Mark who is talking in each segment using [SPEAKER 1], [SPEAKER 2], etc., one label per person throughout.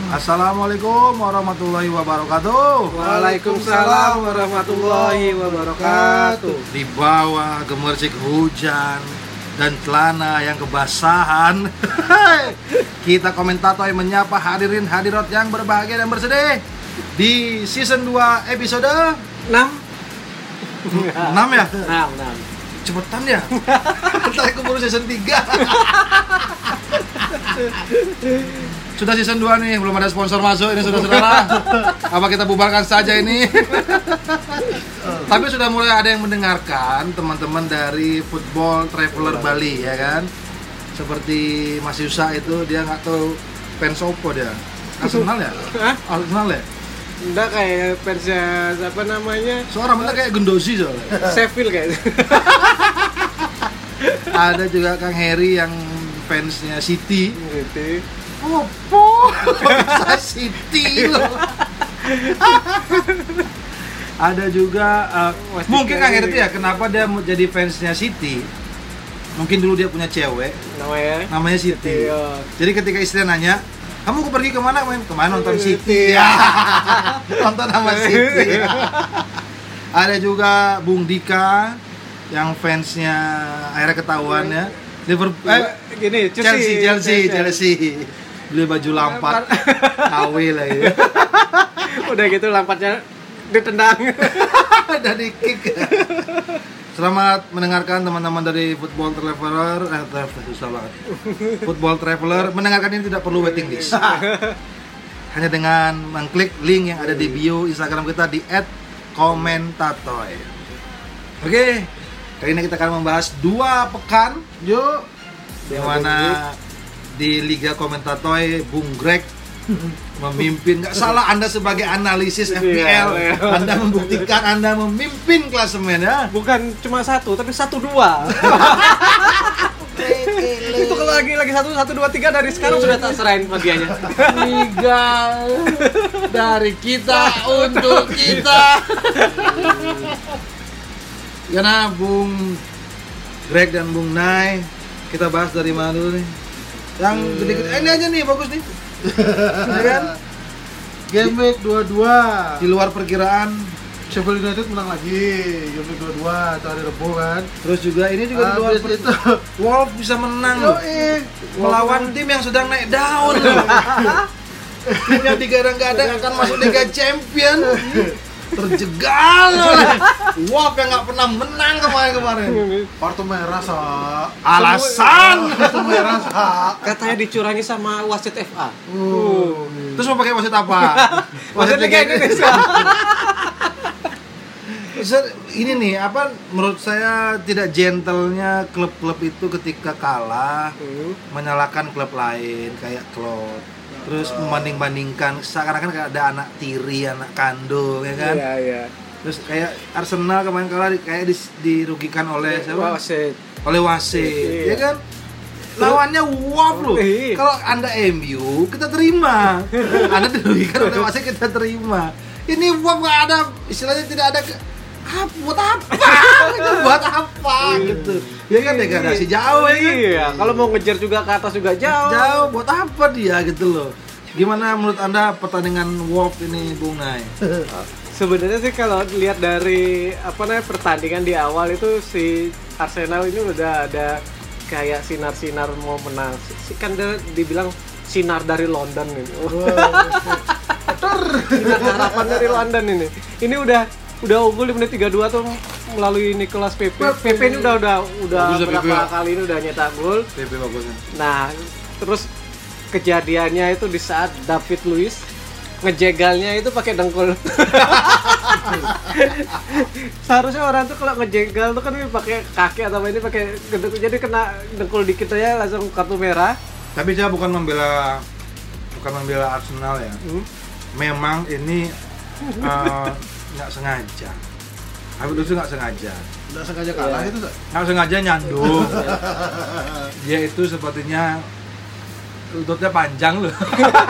[SPEAKER 1] Assalamualaikum warahmatullahi wabarakatuh.
[SPEAKER 2] Waalaikumsalam warahmatullahi wabarakatuh.
[SPEAKER 1] Di bawah gemercik hujan dan celana yang kebasahan, kita komentator yang menyapa hadirin hadirat yang berbahagia dan bersedih di season 2 episode
[SPEAKER 2] 6
[SPEAKER 1] ya?
[SPEAKER 2] 6.
[SPEAKER 1] Cepetan ya? Ntar aku baru season 3. Sudah season 2 nih, belum ada sponsor masuk ini saudara-saudara. Apa kita bubarkan saja ini? Tapi sudah mulai ada yang mendengarkan, teman-teman dari Football Traveler Bali ya kan. Seperti Mas Yusa itu, dia nggak tahu fans opo dia. Arsenal ya? Arsenal ya?
[SPEAKER 2] Enggak, kayak fansnya apa namanya?
[SPEAKER 1] Suara mereka kayak Gendosi soalnya.
[SPEAKER 2] Sheffield kayaknya.
[SPEAKER 1] Ada juga Kang Heri yang fansnya City.
[SPEAKER 2] Opo?
[SPEAKER 1] Bisa City loh. Ada juga mungkin Kang Heri itu ya, kenapa dia mau jadi fansnya City? Mungkin dulu dia punya cewek namanya Siti. Jadi ketika istrinya nanya, kamu pergi kemana kemarin? Kemarin nonton City ya. Nonton sama City. Ada juga Bung Dika yang fansnya akhirnya ketahuan ya. Liverpool
[SPEAKER 2] gini,
[SPEAKER 1] Chelsea. Beli baju Lampard. KW lah ya.
[SPEAKER 2] Udah gitu Lampardnya ditendang.
[SPEAKER 1] Dari kick. Selamat mendengarkan teman-teman dari Football Traveler. Susah banget. Football Traveler, mendengarkan ini tidak perlu waiting list. Hanya dengan mengklik link yang ada di bio Instagram kita di @komentatoy. Oke, kali ini kita akan membahas 2 pekan, yuk. Di mana di Liga Komentatoy Bung Greg memimpin. Nggak salah Anda sebagai analisis FPL. Anda membuktikan Anda memimpin klasemen ya.
[SPEAKER 2] Bukan cuma 1, tapi 1-2. Itu kalau lagi 1, 2, 3 dari sekarang sudah tak serahin bagiannya.
[SPEAKER 1] Liga dari kita untuk kita. Karena Bung Greg dan Bung Nay, kita bahas dari mana dulu nih? Yang gede-gede, ini aja nih, bagus nih. Ya kan?
[SPEAKER 3] Game week 22
[SPEAKER 1] Di luar perkiraan.
[SPEAKER 3] Sheffield United menang lagi. Game week 22 itu hari Rebo kan.
[SPEAKER 1] Terus juga ini juga di luar
[SPEAKER 3] itu
[SPEAKER 1] Wolves bisa menang loh. Melawan tim yang sedang naik daun loh. Tim yang digadang-gadang akan masuk Liga Champion. Terjegal oleh Wolves yang nggak pernah menang kemarin.
[SPEAKER 3] kartu merah
[SPEAKER 1] Alasan
[SPEAKER 3] kartu merah
[SPEAKER 2] Katanya dicurangi sama wasit FA.
[SPEAKER 1] Terus mau pakai wasit apa?
[SPEAKER 2] Wasit Liga Indonesia.
[SPEAKER 1] Ini nih, apa menurut saya tidak gentlenya klub-klub itu ketika kalah menyalahkan klub lain kayak klub. Terus membanding-bandingkan seakan-akan kayak ada anak tiri, anak kandung ya kan?
[SPEAKER 2] Iya.
[SPEAKER 1] Terus kayak Arsenal kemarin kalah kayak dirugikan oleh siapa? Oleh wasit, ya kan? Lawannya Wolves loh. Kalau Anda MU, kita terima. Anda dirugikan oleh wasit, kita terima. Ini Wolves nggak ada, istilahnya tidak ada buat apa gitu. Ya kan degradasi jauh ya kan?
[SPEAKER 2] Iya, kalau mau ngejar juga ke atas juga jauh.
[SPEAKER 1] Jauh, buat apa dia gitu loh. Gimana menurut Anda pertandingan Wolves ini, Bung Nay?
[SPEAKER 2] Sebenarnya sih kalau lihat dari pertandingan di awal itu si Arsenal ini udah ada kayak sinar-sinar mau menang. Kan dia dibilang sinar dari London ini. Sinar harapan dari London ini. Ini udah unggul di menit 32 tuh melalui Nicolas Pepe. Pepe ini udah
[SPEAKER 1] Bagus,
[SPEAKER 2] berapa
[SPEAKER 1] Pepe.
[SPEAKER 2] kali ini udah nyetak gol.
[SPEAKER 1] PP bagusnya.
[SPEAKER 2] Nah, terus kejadiannya itu di saat David Luiz ngejegalnya itu pakai dengkul. Seharusnya orang tuh kalau ngejegal tuh kan pakai kaki atau ini pakai dengkul, jadi kena dengkul dikit aja langsung kartu merah.
[SPEAKER 1] Tapi saya bukan membela Arsenal ya. Memang ini nggak sengaja. Habis itu nggak sengaja.
[SPEAKER 3] Nggak sengaja kalah itu
[SPEAKER 1] Nggak sengaja nyandung. Dia itu sepertinya lututnya panjang loh.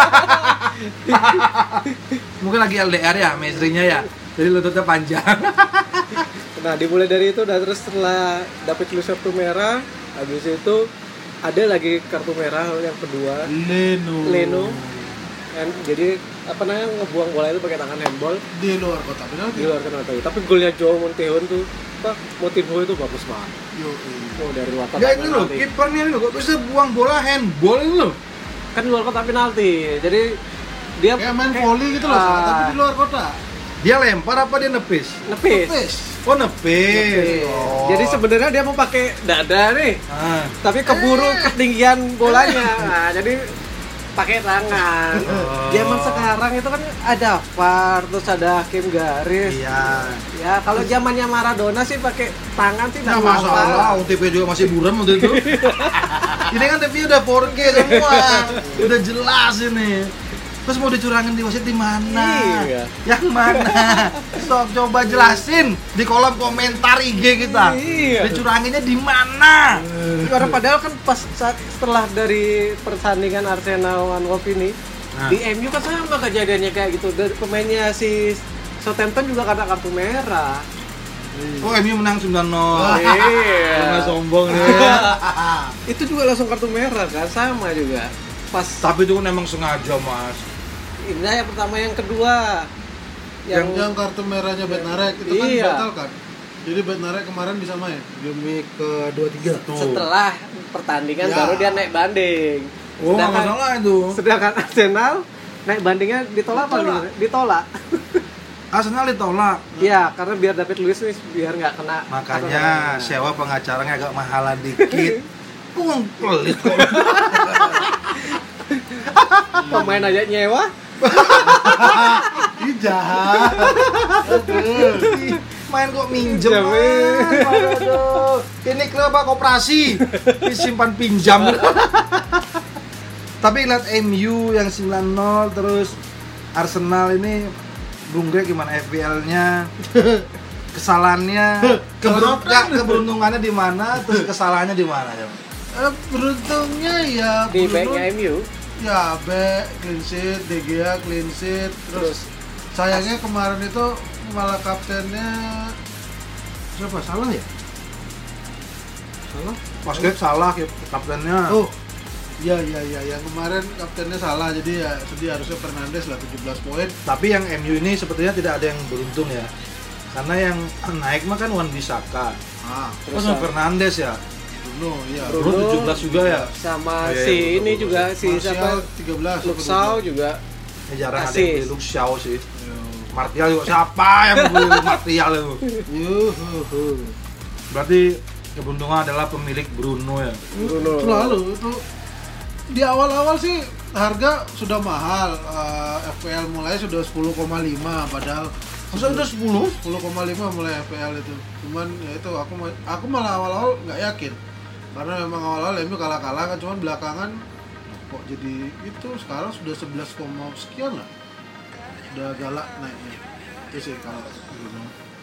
[SPEAKER 1] Mungkin lagi LDR ya, sama istrinya ya. Jadi lututnya panjang.
[SPEAKER 2] Nah, dimulai dari itu, dan terus setelah David Luiz kartu merah, habis itu ada lagi kartu merah yang kedua.
[SPEAKER 3] Leno.
[SPEAKER 2] Jadi apa namanya ngebuang bola itu pakai tangan handball
[SPEAKER 3] Di luar kota penalti.
[SPEAKER 2] di luar penalti. Tapi golnya Joe Montehon tuh, Motinho itu bagus banget.
[SPEAKER 3] Yo.
[SPEAKER 2] Oh, dari luar kotak
[SPEAKER 1] Ya ini loh,
[SPEAKER 2] penalti.
[SPEAKER 1] kipernya ini loh, kok bisa buang bola handball ini loh.
[SPEAKER 2] Kan di luar kotak penalti. Jadi dia
[SPEAKER 3] Kayak main volley gitu loh, tapi di luar kota.
[SPEAKER 1] Dia lempar apa dia nepis?
[SPEAKER 2] nepis.
[SPEAKER 3] Nepis.
[SPEAKER 1] Oh nepis.
[SPEAKER 2] Nepis.
[SPEAKER 1] Oh.
[SPEAKER 2] Jadi sebenarnya dia mau pakai dada nih,
[SPEAKER 1] Ah.
[SPEAKER 2] tapi keburu ketinggian bolanya. Nah, jadi pakai tangan.
[SPEAKER 1] Oh.
[SPEAKER 2] Zaman sekarang itu kan ada VAR, terus ada hakim garis.
[SPEAKER 1] Iya.
[SPEAKER 2] Ya, kalau zamannya Maradona sih pakai tangan sih
[SPEAKER 1] Nah
[SPEAKER 2] enggak
[SPEAKER 1] masalah,
[SPEAKER 2] apa-apa.
[SPEAKER 1] OTP juga masih buram waktu itu. Ini kan TV udah 4K semua, udah jelas ini. Terus mau dicurangin di wasit di mana?
[SPEAKER 2] Iya.
[SPEAKER 1] Yang mana? Sok coba jelasin di kolom komentar IG kita.
[SPEAKER 2] Iya.
[SPEAKER 1] Dicuranginnya di mana?
[SPEAKER 2] Karena padahal kan pas setelah dari pertandingan Arsenal lawan Wolves ini,
[SPEAKER 1] Nah.
[SPEAKER 2] di MU kan sama kejadiannya kayak gitu. Dan pemainnya si Southampton juga kena kartu merah.
[SPEAKER 1] Oh MU menang 9-0.
[SPEAKER 2] Iya.
[SPEAKER 1] Nggak sombong nih.
[SPEAKER 2] Itu juga langsung kartu merah kan, sama juga. Pas
[SPEAKER 1] Tapi itu kan emang sengaja mas.
[SPEAKER 2] ini yang pertama, yang kedua
[SPEAKER 3] Yang kartu merahnya Bednarek itu kan
[SPEAKER 2] Iya.
[SPEAKER 3] dibatalkan. Jadi Bednarek kemarin bisa main game ke-23.
[SPEAKER 2] setelah pertandingan
[SPEAKER 3] Ya.
[SPEAKER 2] baru dia naik banding.
[SPEAKER 1] Oh nggak masalah itu.
[SPEAKER 2] Sedangkan Arsenal naik bandingnya ditolak apa gimana? Ditolak.
[SPEAKER 1] Arsenal ditolak.
[SPEAKER 2] Iya, karena biar David Luiz nih biar nggak kena.
[SPEAKER 1] Makanya sewa pengacaranya agak mahalan dikit. Uang pelit kok.
[SPEAKER 2] Pemain aja nyewa.
[SPEAKER 3] Ih jahat.
[SPEAKER 1] Main kok minjem
[SPEAKER 2] Pinjam,
[SPEAKER 1] Mas. Aduh. Ini klub apa koperasi disimpan pinjam. Tapi lihat MU yang 9-0 terus Arsenal ini Bung Greg gimana FPL-nya? Kesalahannya, keberuntungannya di mana, terus kesalahannya di mana ya?
[SPEAKER 3] Beruntungnya ya
[SPEAKER 2] Di
[SPEAKER 3] Bruno,
[SPEAKER 2] backnya MU.
[SPEAKER 3] ya back clean sheet, De Gea clean sheet, terus sayangnya kemarin itu malah kaptennya siapa? Salah ya? Salah?
[SPEAKER 1] Mas Greg salah ya kaptennya.
[SPEAKER 3] Oh, iya yang kemarin kaptennya salah, jadi ya sedih, harusnya Fernandes lah 17 poin.
[SPEAKER 1] Tapi yang MU ini sepertinya tidak ada yang beruntung ya. Karena yang naik mah kan Wan Bissaka.
[SPEAKER 2] Terus
[SPEAKER 1] Terus Fernandes ya.
[SPEAKER 3] Bruno, iya.
[SPEAKER 1] Bruno 17 juga ya.
[SPEAKER 2] Sama
[SPEAKER 1] Iya,
[SPEAKER 2] si
[SPEAKER 1] iya,
[SPEAKER 2] ini
[SPEAKER 1] betul,
[SPEAKER 2] juga si
[SPEAKER 3] Martial
[SPEAKER 2] siapa?
[SPEAKER 3] 13.
[SPEAKER 2] Luxau juga.
[SPEAKER 1] Ya, jarang ada
[SPEAKER 2] Asis.
[SPEAKER 1] yang beli Luke Shaw sih. Martial juga siapa yang beli Martial itu?
[SPEAKER 3] Yuhuhu.
[SPEAKER 1] Berarti keberuntungan adalah pemilik Bruno ya.
[SPEAKER 2] Bruno.
[SPEAKER 3] Selalu itu di awal-awal sih harga sudah mahal. FPL mulai sudah 10,5 padahal
[SPEAKER 1] Masa udah 10?
[SPEAKER 3] 10,5 mulai FPL itu. Cuman ya itu aku malah awal-awal nggak yakin. Karena memang awal-awal MU kalah-kalah kan, cuman belakangan kok jadi itu sekarang sudah 11, sekian lah. Sudah galak naiknya. Itu sih kalau Bruno.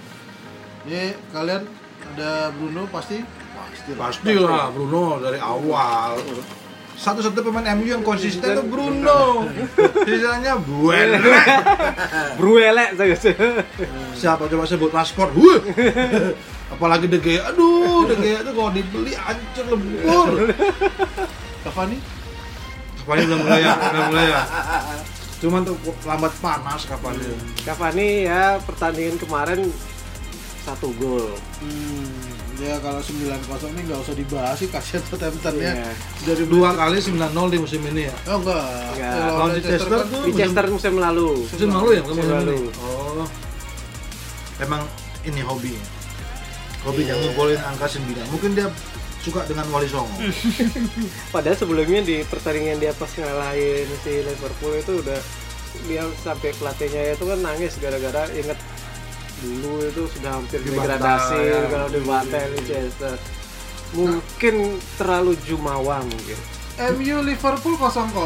[SPEAKER 3] Ini kalian ada Bruno pasti
[SPEAKER 1] Pasti lah Bruno dari awal. Satu-satu pemain MU yang konsisten itu Bruno. Sisanya Buelek.
[SPEAKER 2] Bruelek saya.
[SPEAKER 1] Siapa coba sebut Rashford? Wuh. Apalagi De Gea. Aduh, De Gea itu kalau dibeli hancur lebur.
[SPEAKER 3] Cavani?
[SPEAKER 1] Cavani belum mulai ya. Cuman tuh lambat panas Cavani.
[SPEAKER 2] Cavani ya pertandingan kemarin 1 gol.
[SPEAKER 3] Ya kalau 9-0 ini nggak usah dibahas sih, kasihan Southampton ya.
[SPEAKER 2] Iya.
[SPEAKER 3] Dari
[SPEAKER 1] 2 kali 9-0 di musim ini ya.
[SPEAKER 3] Oh enggak.
[SPEAKER 2] Enggak.
[SPEAKER 3] Lawan
[SPEAKER 1] Lawan
[SPEAKER 3] Leicester
[SPEAKER 1] Leicester
[SPEAKER 3] kan
[SPEAKER 1] tuh
[SPEAKER 2] Di Chester musim lalu.
[SPEAKER 1] musim lalu ya, bukan
[SPEAKER 2] Musim
[SPEAKER 1] musim
[SPEAKER 2] lalu.
[SPEAKER 1] ini. Oh. Emang ini hobi. Hobinya ngumpulin angka 9. Mungkin dia suka dengan Wali Songo.
[SPEAKER 2] Padahal sebelumnya di pertandingan dia pas ngalahin si Liverpool itu udah dia sampai pelatihnya itu kan nangis gara-gara inget dulu itu sudah hampir
[SPEAKER 1] Dibantai,
[SPEAKER 2] degradasi
[SPEAKER 1] ya.
[SPEAKER 2] kalau dibantai Leicester. Mungkin terlalu jumawa mungkin.
[SPEAKER 3] MU Liverpool 0-0.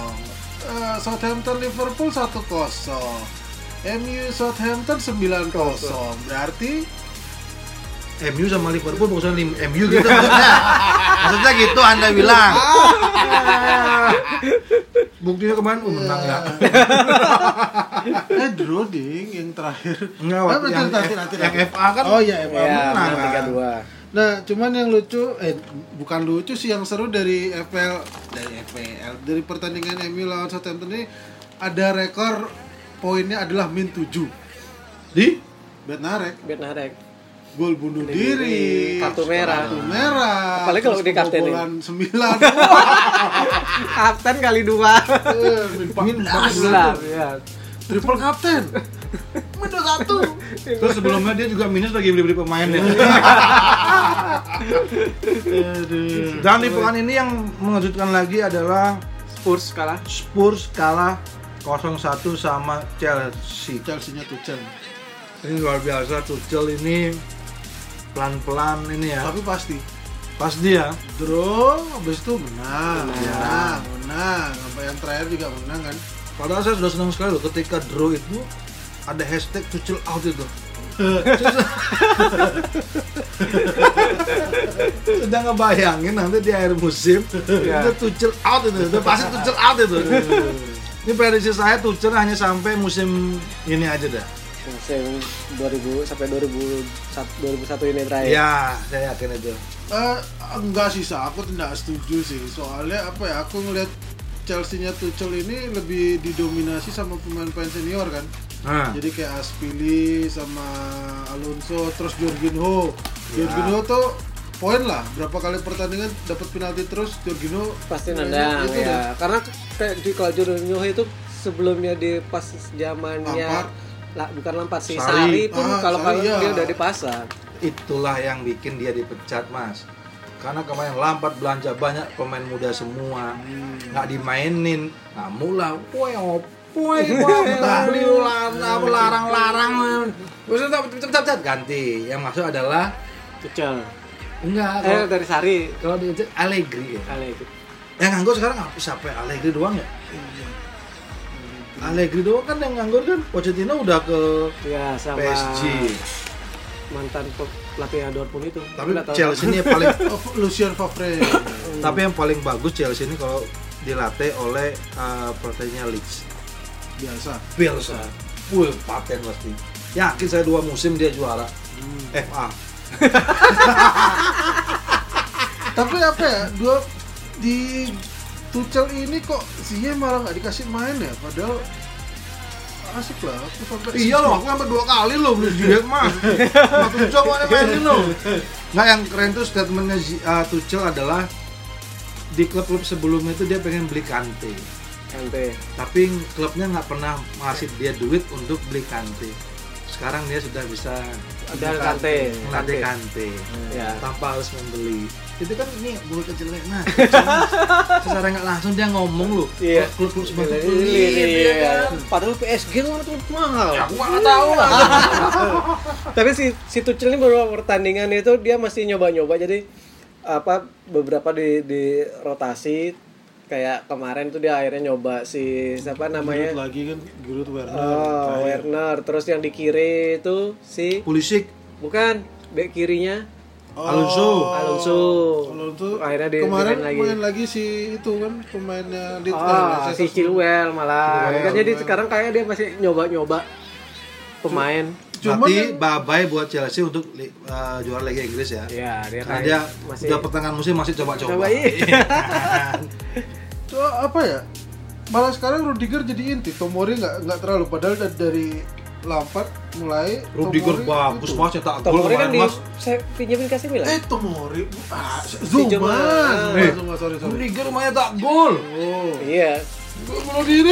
[SPEAKER 3] Southampton Liverpool 1-0. MU Southampton 9-0. Berarti
[SPEAKER 1] MU sama Liverpool bukan MU gitu maksudnya. Maksudnya gitu Anda bilang. Buktinya kemarin menang ya.
[SPEAKER 3] draw ding yang terakhir.
[SPEAKER 1] Enggak,
[SPEAKER 3] Nanti,
[SPEAKER 1] yang,
[SPEAKER 3] nanti.
[SPEAKER 1] yang FA kan.
[SPEAKER 3] Oh iya, FA
[SPEAKER 2] Ya,
[SPEAKER 3] menang
[SPEAKER 2] menang
[SPEAKER 3] kan.
[SPEAKER 2] 3-2.
[SPEAKER 3] Nah, cuman yang lucu, bukan lucu sih, yang seru dari FPL, dari pertandingan MU lawan Southampton ini, ada rekor poinnya adalah min 7
[SPEAKER 1] Di
[SPEAKER 3] Bednarek. Gol bunuh diri,
[SPEAKER 2] kartu merah. Apalagi kalau
[SPEAKER 3] terus
[SPEAKER 2] dikaptenin.
[SPEAKER 3] kebobolan 9.
[SPEAKER 2] Kapten kali 2.
[SPEAKER 3] Min
[SPEAKER 2] 14 ya.
[SPEAKER 3] triple kapten. Min 1.
[SPEAKER 1] Terus sebelumnya dia juga minus lagi beli-beli pemain ya. Dan di pekan ini yang mengejutkan lagi adalah
[SPEAKER 2] Spurs kalah.
[SPEAKER 1] Spurs kalah 0-1 sama Chelsea.
[SPEAKER 3] Chelsea-nya Tuchel.
[SPEAKER 1] Ini luar biasa, Tuchel ini pelan-pelan ini ya.
[SPEAKER 3] Tapi pasti
[SPEAKER 1] Pasti ya.
[SPEAKER 3] draw, habis itu menang. Sampai yang terakhir juga menang kan.
[SPEAKER 1] Padahal saya sudah senang sekali loh ketika draw itu ada hashtag Tuchel out itu. Sudah ngebayangin nanti di akhir musim itu Tuchel out itu, udah pasti Tuchel out itu. Ini prediksi saya Tuchel hanya sampai musim ini aja dah.
[SPEAKER 2] Musim 2000 sampai 2001 ini terakhir.
[SPEAKER 1] Ya, saya yakin itu.
[SPEAKER 3] Enggak sih, aku tidak setuju sih. Soalnya apa ya? Aku ngelihat Chelsea-nya Tuchel ini lebih didominasi sama pemain-pemain senior kan. Jadi kayak Aspili sama Alonso, terus Jorginho. Jorginho tuh poin lah, berapa kali pertandingan dapat penalti terus Jorginho
[SPEAKER 2] Pasti nendang
[SPEAKER 3] itu
[SPEAKER 2] ya. Karena kayak di kalau Jorginho itu sebelumnya di pas zamannya bukan Lampard sih, Sarri pun kalau
[SPEAKER 3] iya.
[SPEAKER 2] dia udah dipasang.
[SPEAKER 1] Itulah yang bikin dia dipecat, Mas. Karena kemarin Lampard belanja banyak pemain muda semua, nggak dimainin. Nah, mulai, larang-larang. Terus cepet ganti. Yang masuk adalah
[SPEAKER 2] Tuchel.
[SPEAKER 1] enggak.
[SPEAKER 2] Dari Sarri.
[SPEAKER 1] Kalau dia Allegri ya.
[SPEAKER 2] Allegri.
[SPEAKER 1] Yang nganggur sekarang apa siapa? Allegri doang ya? Allegri doang kan yang nganggur kan. Pochettino udah ke
[SPEAKER 2] Ya sama
[SPEAKER 1] PSG.
[SPEAKER 2] mantan pelatih Dortmund itu.
[SPEAKER 1] Tapi
[SPEAKER 2] Nggak tahu.
[SPEAKER 1] Chelsea ini yang paling
[SPEAKER 3] Lucien Favre.
[SPEAKER 1] tapi yang paling bagus Chelsea ini kalau dilatih oleh pelatihnya Leeds. Bielsa. Full paten pasti. Yakin saya 2 musim dia juara FA.
[SPEAKER 3] Tapi apa ya? Di Tuchel ini kok Ziyech malah nggak dikasih main ya? Padahal asik lah. Aku sampai
[SPEAKER 1] Iya loh, aku sampai 2 kali loh beli Ziyech mas. Nah, Tuchel mana mainin loh. Nah yang keren tuh statementnya Tuchel adalah di klub-klub sebelumnya itu dia pengen beli Kante. Tapi klubnya nggak pernah ngasih dia duit untuk beli Kante. Sekarang dia sudah bisa
[SPEAKER 2] Ada
[SPEAKER 1] melatih Kante
[SPEAKER 2] Ya.
[SPEAKER 1] tanpa harus membeli. Itu kan ini bulu kecil kayak nah. Secara nggak langsung dia ngomong loh.
[SPEAKER 2] Iya.
[SPEAKER 1] Klub-klub seperti itu.
[SPEAKER 2] Iya. Padahal PSG kan tuh mahal.
[SPEAKER 1] Aku nggak tahu lah.
[SPEAKER 2] Tapi si Tuchel ini beberapa pertandingan itu dia masih nyoba-nyoba, jadi beberapa di rotasi. Kayak kemarin tuh dia akhirnya nyoba si siapa namanya?
[SPEAKER 3] Giroud lagi kan, Giroud, Werner.
[SPEAKER 2] Oh, Werner. Terus yang di kiri itu si
[SPEAKER 1] Pulisic,
[SPEAKER 2] bukan bek kirinya
[SPEAKER 1] Alonso.
[SPEAKER 2] Akhirnya
[SPEAKER 3] kemarin
[SPEAKER 2] lagi.
[SPEAKER 3] main lagi si itu kan pemainnya Leeds.
[SPEAKER 2] Si Chilwell malah. Kan jadi sekarang kayak dia masih nyoba-nyoba pemain.
[SPEAKER 1] Berarti bye-bye buat Chelsea untuk juara Liga Inggris ya.
[SPEAKER 2] Iya, dia
[SPEAKER 1] Karena
[SPEAKER 2] kayak
[SPEAKER 1] dia
[SPEAKER 2] masih
[SPEAKER 1] udah pertengahan musim masih coba-coba.
[SPEAKER 2] coba iya.
[SPEAKER 3] So, apa ya? Malah sekarang Rudiger jadi inti. Tomori nggak terlalu, padahal dari Lampard mulai
[SPEAKER 1] Rudiger bagus mas, cetak gol
[SPEAKER 2] Tomori kan
[SPEAKER 1] kemarin
[SPEAKER 2] di
[SPEAKER 1] mas.
[SPEAKER 2] saya pinjemin kasih Milan.
[SPEAKER 3] Tomori
[SPEAKER 2] Zuma.
[SPEAKER 3] Zuma, sorry.
[SPEAKER 1] Rudiger lumayan tak gol.
[SPEAKER 3] Oh.
[SPEAKER 2] Iya.
[SPEAKER 3] Bunuh diri.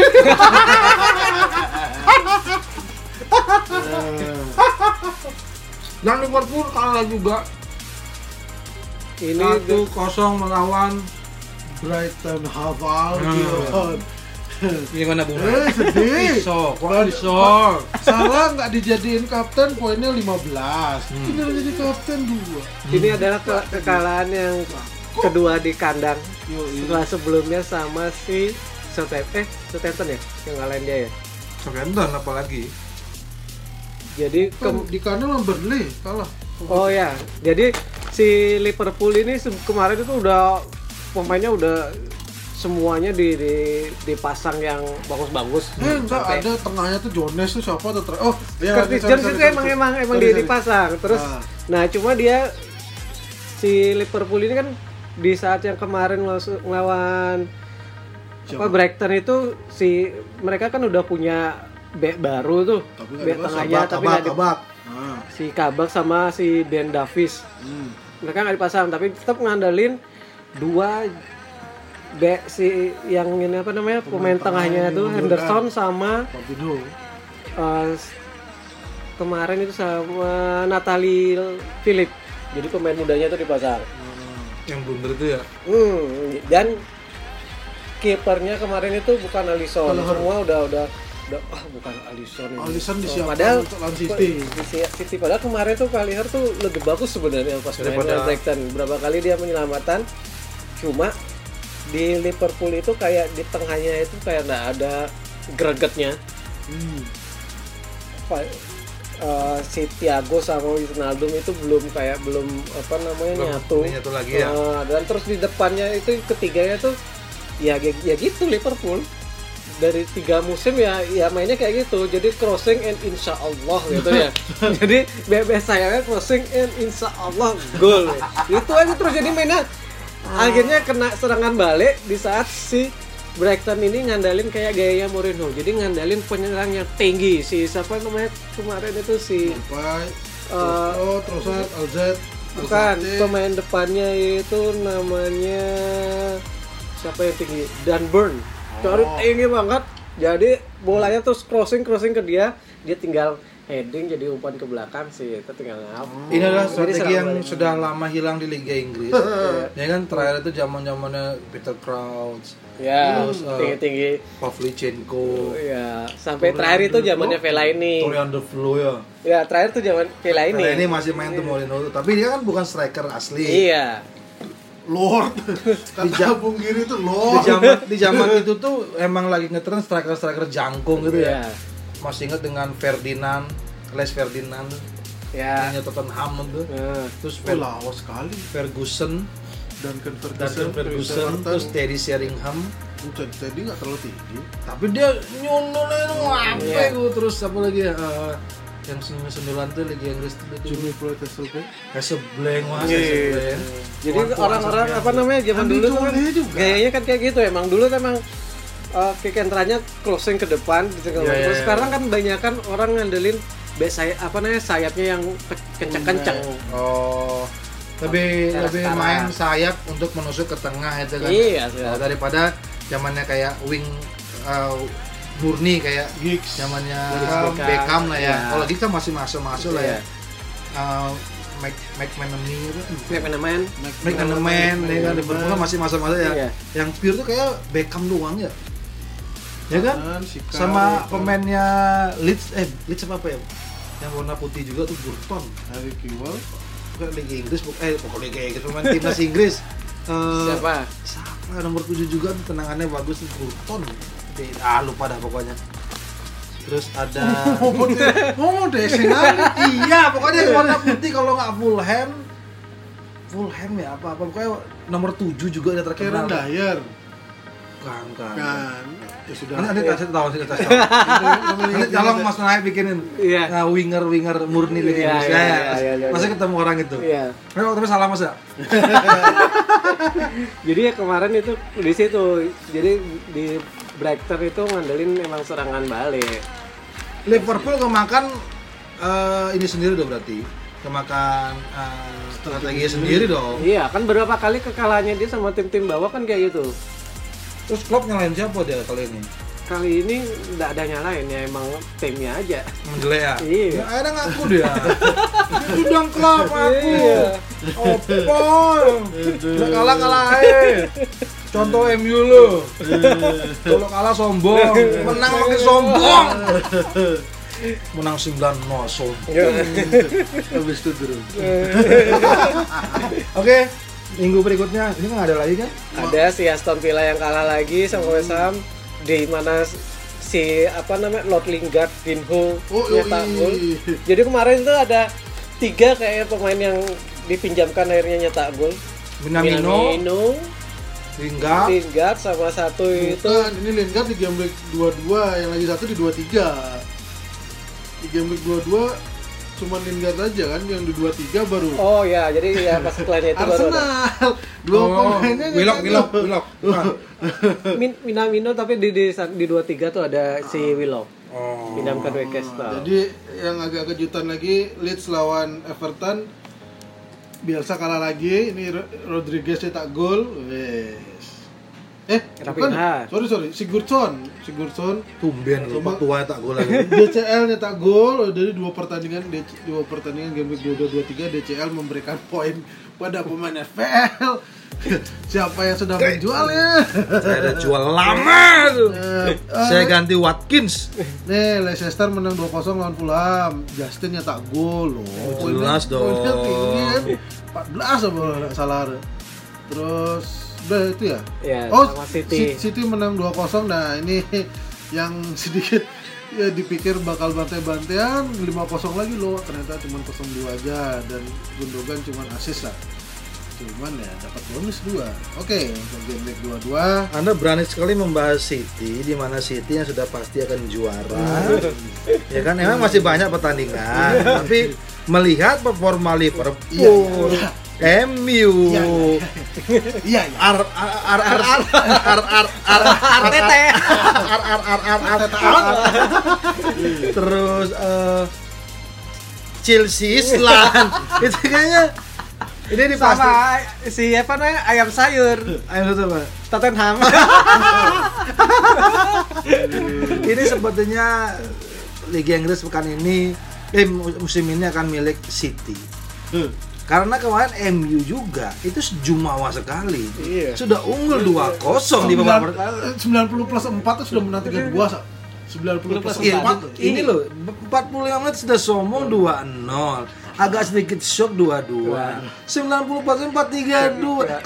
[SPEAKER 1] Dan Liverpool kalah juga
[SPEAKER 2] Ini
[SPEAKER 1] 1-0 melawan
[SPEAKER 3] Brighton Hove Albion.
[SPEAKER 1] gimana Bung?
[SPEAKER 3] Sedih.
[SPEAKER 1] Kok iso?
[SPEAKER 3] Salah nggak dijadiin kapten, poinnya 15. Ini jadi kapten 2.
[SPEAKER 2] ini adalah kekalahan yang kedua di kandang. Setelah sebelumnya sama si Southampton ya yang ngalahin dia ya.
[SPEAKER 1] Southampton apalagi?
[SPEAKER 2] Jadi
[SPEAKER 3] Di kanan Burnley kalah.
[SPEAKER 2] oh ya, jadi si Liverpool ini kemarin itu udah pemainnya udah semuanya dipasang yang bagus-bagus.
[SPEAKER 3] Enggak, ada tengahnya tuh Jones tuh siapa tuh
[SPEAKER 2] Curtis Jones itu emang dia dipasang. Terus nah cuma dia si Liverpool ini kan di saat yang kemarin ngelawan
[SPEAKER 3] Siapa?
[SPEAKER 2] Brighton itu mereka kan udah punya bek baru tuh.
[SPEAKER 3] Tapi nggak
[SPEAKER 2] Bek
[SPEAKER 3] dipasang.
[SPEAKER 2] tengahnya tapi nggak di-
[SPEAKER 1] Kabak.
[SPEAKER 3] Nah,
[SPEAKER 2] si Kabak sama si Ben Davies. Mereka nggak dipasang tapi tetap ngandelin dua bek yang ini apa namanya pemain tengahnya itu Henderson sama
[SPEAKER 3] Fabinho.
[SPEAKER 2] kemarin itu sama Natalie Philip. Jadi pemain mudanya itu dipasang.
[SPEAKER 1] Yang blunder itu ya.
[SPEAKER 2] Dan kipernya kemarin itu bukan Alisson. Semua udah bukan Alisson ini.
[SPEAKER 3] Alisson disiapkan
[SPEAKER 2] Padahal
[SPEAKER 3] untuk lawan City.
[SPEAKER 2] City padahal kemarin tuh Kaliher tuh lebih bagus sebenarnya pas main
[SPEAKER 1] Daripada-
[SPEAKER 2] lawan Brighton. Berapa kali dia penyelamatan. Cuma di Liverpool itu kayak di tengahnya itu kayak nggak ada gregetnya. Si Thiago sama Wijnaldum itu belum apa namanya
[SPEAKER 1] Nyatu lagi ya.
[SPEAKER 2] Dan terus di depannya itu ketiganya tuh ya gitu Liverpool dari 3 musim ya mainnya kayak gitu, jadi crossing and insya Allah gitu ya. Jadi bebas saya crossing and insya Allah gol itu aja terus, jadi mainnya akhirnya kena serangan balik di saat si Brighton ini ngandalin kayak gayanya Mourinho, jadi ngandalin penyerang yang tinggi. Si siapa namanya kemarin itu si
[SPEAKER 3] Sampai Trossard, Alzheimer.
[SPEAKER 2] bukan pemain depannya itu namanya siapa yang tinggi? Dan Burn. Cari tinggi banget. Jadi bolanya terus crossing ke dia tinggal heading jadi umpan ke belakang sih, itu tinggal ngap.
[SPEAKER 1] Ini adalah
[SPEAKER 2] Jadi
[SPEAKER 1] strategi
[SPEAKER 2] serang
[SPEAKER 1] yang
[SPEAKER 2] balik.
[SPEAKER 1] sudah lama hilang di Liga Inggris. Ya kan terakhir itu zamannya Peter Crouch,
[SPEAKER 2] Ya,
[SPEAKER 1] terus,
[SPEAKER 2] tinggi-tinggi.
[SPEAKER 1] Pavlyuchenko,
[SPEAKER 2] Ya, sampai terakhir itu zamannya Fellaini.
[SPEAKER 1] Torian De Flo ya.
[SPEAKER 2] Ya, terakhir tuh zaman Fellaini.
[SPEAKER 1] Ini masih main tuh Mourinho tuh, tapi dia kan bukan striker asli.
[SPEAKER 2] Iya.
[SPEAKER 3] Lord. Kata Bung Giri itu Lord.
[SPEAKER 1] Di zaman itu tuh emang lagi ngetren striker jangkung gitu ya.
[SPEAKER 2] Iya.
[SPEAKER 1] Masih ingat dengan Les Ferdinand,
[SPEAKER 2] Ya.
[SPEAKER 1] mainnya Tottenham tuh.
[SPEAKER 2] Nah,
[SPEAKER 1] Terus
[SPEAKER 3] Lawas sekali.
[SPEAKER 1] Ferguson,
[SPEAKER 3] Duncan
[SPEAKER 1] Duncan Ferguson, terus Teddy Sheringham.
[SPEAKER 3] Jadi nggak terlalu tinggi.
[SPEAKER 1] Tapi dia nyundulnya ngape
[SPEAKER 2] Iya.
[SPEAKER 1] gue, terus apa lagi ya? Yang sembilan tuh Liga Inggris tuh
[SPEAKER 3] Jimmy Floyd Hasselbank.
[SPEAKER 1] Hasselbank mas,
[SPEAKER 2] Iya.
[SPEAKER 1] Hasselbank.
[SPEAKER 2] jadi orang-orang apa namanya zaman
[SPEAKER 3] Andy
[SPEAKER 2] dulu tuh kan
[SPEAKER 3] Jolie juga.
[SPEAKER 2] gayanya kan kayak gitu emang dulu tuh emang kick and run-nya crossing ke depan gitu.
[SPEAKER 1] Iya, iya,
[SPEAKER 2] Terus
[SPEAKER 1] iya.
[SPEAKER 2] sekarang kan banyakan orang ngandelin sayapnya yang kencang-kencang.
[SPEAKER 1] Oh, lebih
[SPEAKER 2] Sekarang.
[SPEAKER 1] main sayap untuk menusuk ke tengah itu kan.
[SPEAKER 2] Iya, sekarang.
[SPEAKER 1] Daripada zamannya kayak wing murni kayak
[SPEAKER 3] Giggs.
[SPEAKER 1] zamannya
[SPEAKER 2] Beckham.
[SPEAKER 1] Beckham lah ya.
[SPEAKER 2] Iya.
[SPEAKER 1] Kalau Giggs kan masih masuk lah ya.
[SPEAKER 2] Iya.
[SPEAKER 1] McManamy itu.
[SPEAKER 2] McManaman.
[SPEAKER 1] Ya kan Liverpool kan masih masuk ya.
[SPEAKER 2] Iya.
[SPEAKER 1] Yang pure tuh kayak Beckham doang ya. Ya kan?
[SPEAKER 3] Sika,
[SPEAKER 1] Sama
[SPEAKER 3] Beckham,
[SPEAKER 1] pemainnya Leeds apa ya? Yang warna putih juga tuh Burton.
[SPEAKER 3] Harry Kewell.
[SPEAKER 1] Bukan Liga Inggris, pokoknya Liga Inggris, pemain timnas Inggris.
[SPEAKER 2] Siapa?
[SPEAKER 1] Siapa nomor 7 juga tuh, tenangannya bagus tuh Burton. Lupa dah pokoknya. Terus ada
[SPEAKER 3] Ngomong deh sekali.
[SPEAKER 1] iya, pokoknya warna putih kalau nggak Fulham ya apa pokoknya nomor 7 juga ada terkenal.
[SPEAKER 3] Kieran Dyer.
[SPEAKER 1] Bukan.
[SPEAKER 3] Kan. Ya sudah.
[SPEAKER 1] Nanti kasih tahu. Nanti tolong Mas Naik bikinin
[SPEAKER 2] Iya.
[SPEAKER 1] winger murni Liga
[SPEAKER 2] Iya,
[SPEAKER 1] Inggris.
[SPEAKER 2] iya.
[SPEAKER 1] Masa ketemu orang itu.
[SPEAKER 2] Iya.
[SPEAKER 1] Tapi salah Mas ya?
[SPEAKER 2] Jadi ya kemarin itu di situ. Jadi di Brighton itu ngandelin emang serangan balik.
[SPEAKER 1] Liverpool kemakan ini sendiri dong berarti. Kemakan strategi sendiri dong.
[SPEAKER 2] Iya, kan berapa kali kekalahannya dia sama tim-tim bawah kan kayak gitu.
[SPEAKER 1] Terus Klopp nyalain siapa dia kali ini?
[SPEAKER 2] Kali ini nggak ada nyalain ya, emang timnya aja.
[SPEAKER 1] Menjelek ya?
[SPEAKER 2] Iya.
[SPEAKER 1] Ya, akhirnya ngaku dia. Udang Klopp aku.
[SPEAKER 2] Iya.
[SPEAKER 1] Opo. Udah kalah aja. Contoh MU lu. Kalau kalah sombong, menang makin sombong. Menang 9-0 sombong.
[SPEAKER 3] Habis itu terus.
[SPEAKER 1] Oke, minggu berikutnya ini nggak ada lagi kan?
[SPEAKER 2] Ada si Aston Villa yang kalah lagi sama West Ham, di mana si Lord Lingard, Dinho nyetak gol. Jadi kemarin itu ada 3 kayak pemain yang dipinjamkan akhirnya nyetak gol.
[SPEAKER 1] Minamino, Lingard,
[SPEAKER 2] Lingard sama satu itu
[SPEAKER 3] Bukan, ini Lingard di game week 22, yang lagi satu di 23. Di game week 22 cuma Lingard aja kan yang di 23 baru
[SPEAKER 2] Oh ya, jadi ya pas lainnya itu baru ada.
[SPEAKER 3] Arsenal. Dua pemainnya
[SPEAKER 1] Willock.
[SPEAKER 2] Minamino tapi di 23 tuh ada si Willock. Pinjamkan Newcastle.
[SPEAKER 3] Jadi yang agak kejutan lagi Leeds lawan Everton. Bielsa kalah lagi. Ini Rodriguez cetak gol. Wes. Bukan. Sorry. Sigurdsson.
[SPEAKER 1] Tumben lu Pak tua tak gol lagi.
[SPEAKER 3] DCL nyetak gol dari dua pertandingan game week 22-23 DCL memberikan poin pada pemain FPL. Siapa yang sedang menjualnya?
[SPEAKER 1] Saya udah jual lama tuh. Saya ganti Watkins.
[SPEAKER 3] Nih, Leicester menang 2-0 lawan Fulham. Justin nyetak gol loh.
[SPEAKER 1] Jelas dong.
[SPEAKER 3] Poinnya tinggi kan. 14 apa enggak salah. Terus udah itu ya?
[SPEAKER 2] Ya,
[SPEAKER 3] Oh,
[SPEAKER 2] sama City.
[SPEAKER 3] City menang 2-0. Nah, ini yang sedikit ya dipikir bakal bantai-bantaian 5-0 lagi loh. Ternyata cuma 0-2 aja dan Gundogan cuma assist lah. Cuman ya dapat bonus 2. Oke, untuk game week 22
[SPEAKER 1] Anda berani sekali membahas City, di mana City yang sudah pasti akan juara. Ya kan, emang masih banyak pertandingan, tapi melihat performa Liverpool, MU,
[SPEAKER 3] iya.
[SPEAKER 1] terus Chelsea Island, itu kayaknya ini dipasti.
[SPEAKER 2] Sama si apa namanya ayam sayur.
[SPEAKER 1] Ayo betul Pak.
[SPEAKER 2] Tottenham.
[SPEAKER 1] Ini sepertinya Liga Inggris pekan ini musim ini akan milik City. Karena kemarin MU juga itu jumawa sekali.
[SPEAKER 2] Iya.
[SPEAKER 1] Sudah unggul 2-0 di babak pertama.
[SPEAKER 3] 90 plus 4 tuh sudah menang 3-2. 90 plus 4
[SPEAKER 1] Iya, ini loh 45 menit sudah sombong 2-0. Agak sedikit shock 2-2. 90 4 3-2.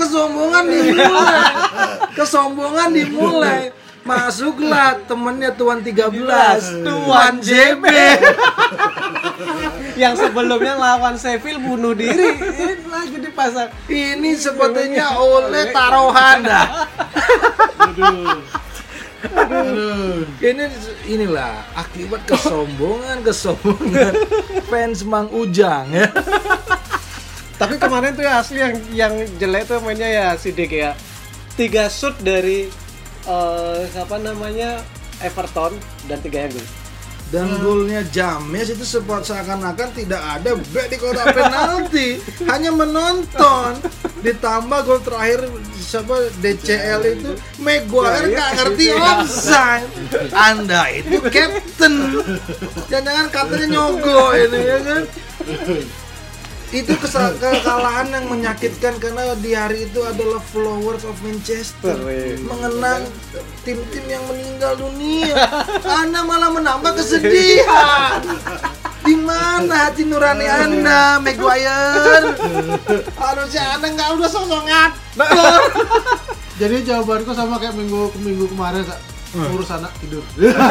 [SPEAKER 1] Kesombongan dimulai. Masuklah temennya Tuan 13, Tuan JB.
[SPEAKER 2] Yang sebelumnya lawan Sheffield bunuh diri. Ini lagi dipasang.
[SPEAKER 1] Ini sepertinya oleh taruhan dah.
[SPEAKER 3] Aduh.
[SPEAKER 1] Inilah akibat kesombongan fans Mang Ujang ya.
[SPEAKER 2] Tapi kemarin tuh ya asli yang jelek tuh mainnya ya si De Gea. 3 shoot dari Everton dan 3 yang gol.
[SPEAKER 1] Dan golnya James itu seakan-akan tidak ada back di kotak penalti, hanya menonton. Ditambah gol terakhir DCL itu Maguire nggak ngerti offside. Anda itu captain, jangan katanya nyogok ini ya kan. Itu kekalahan yang menyakitkan karena di hari itu adalah Flowers of Manchester mengenang tim-tim yang meninggal dunia. Anda malah menambah kesedihan. Di mana hati nurani Anda, Maguire? Harusnya Anda nggak udah sosok ngatur.
[SPEAKER 3] Jadi jawabanku sama kayak minggu kemarin, urus anak tidur.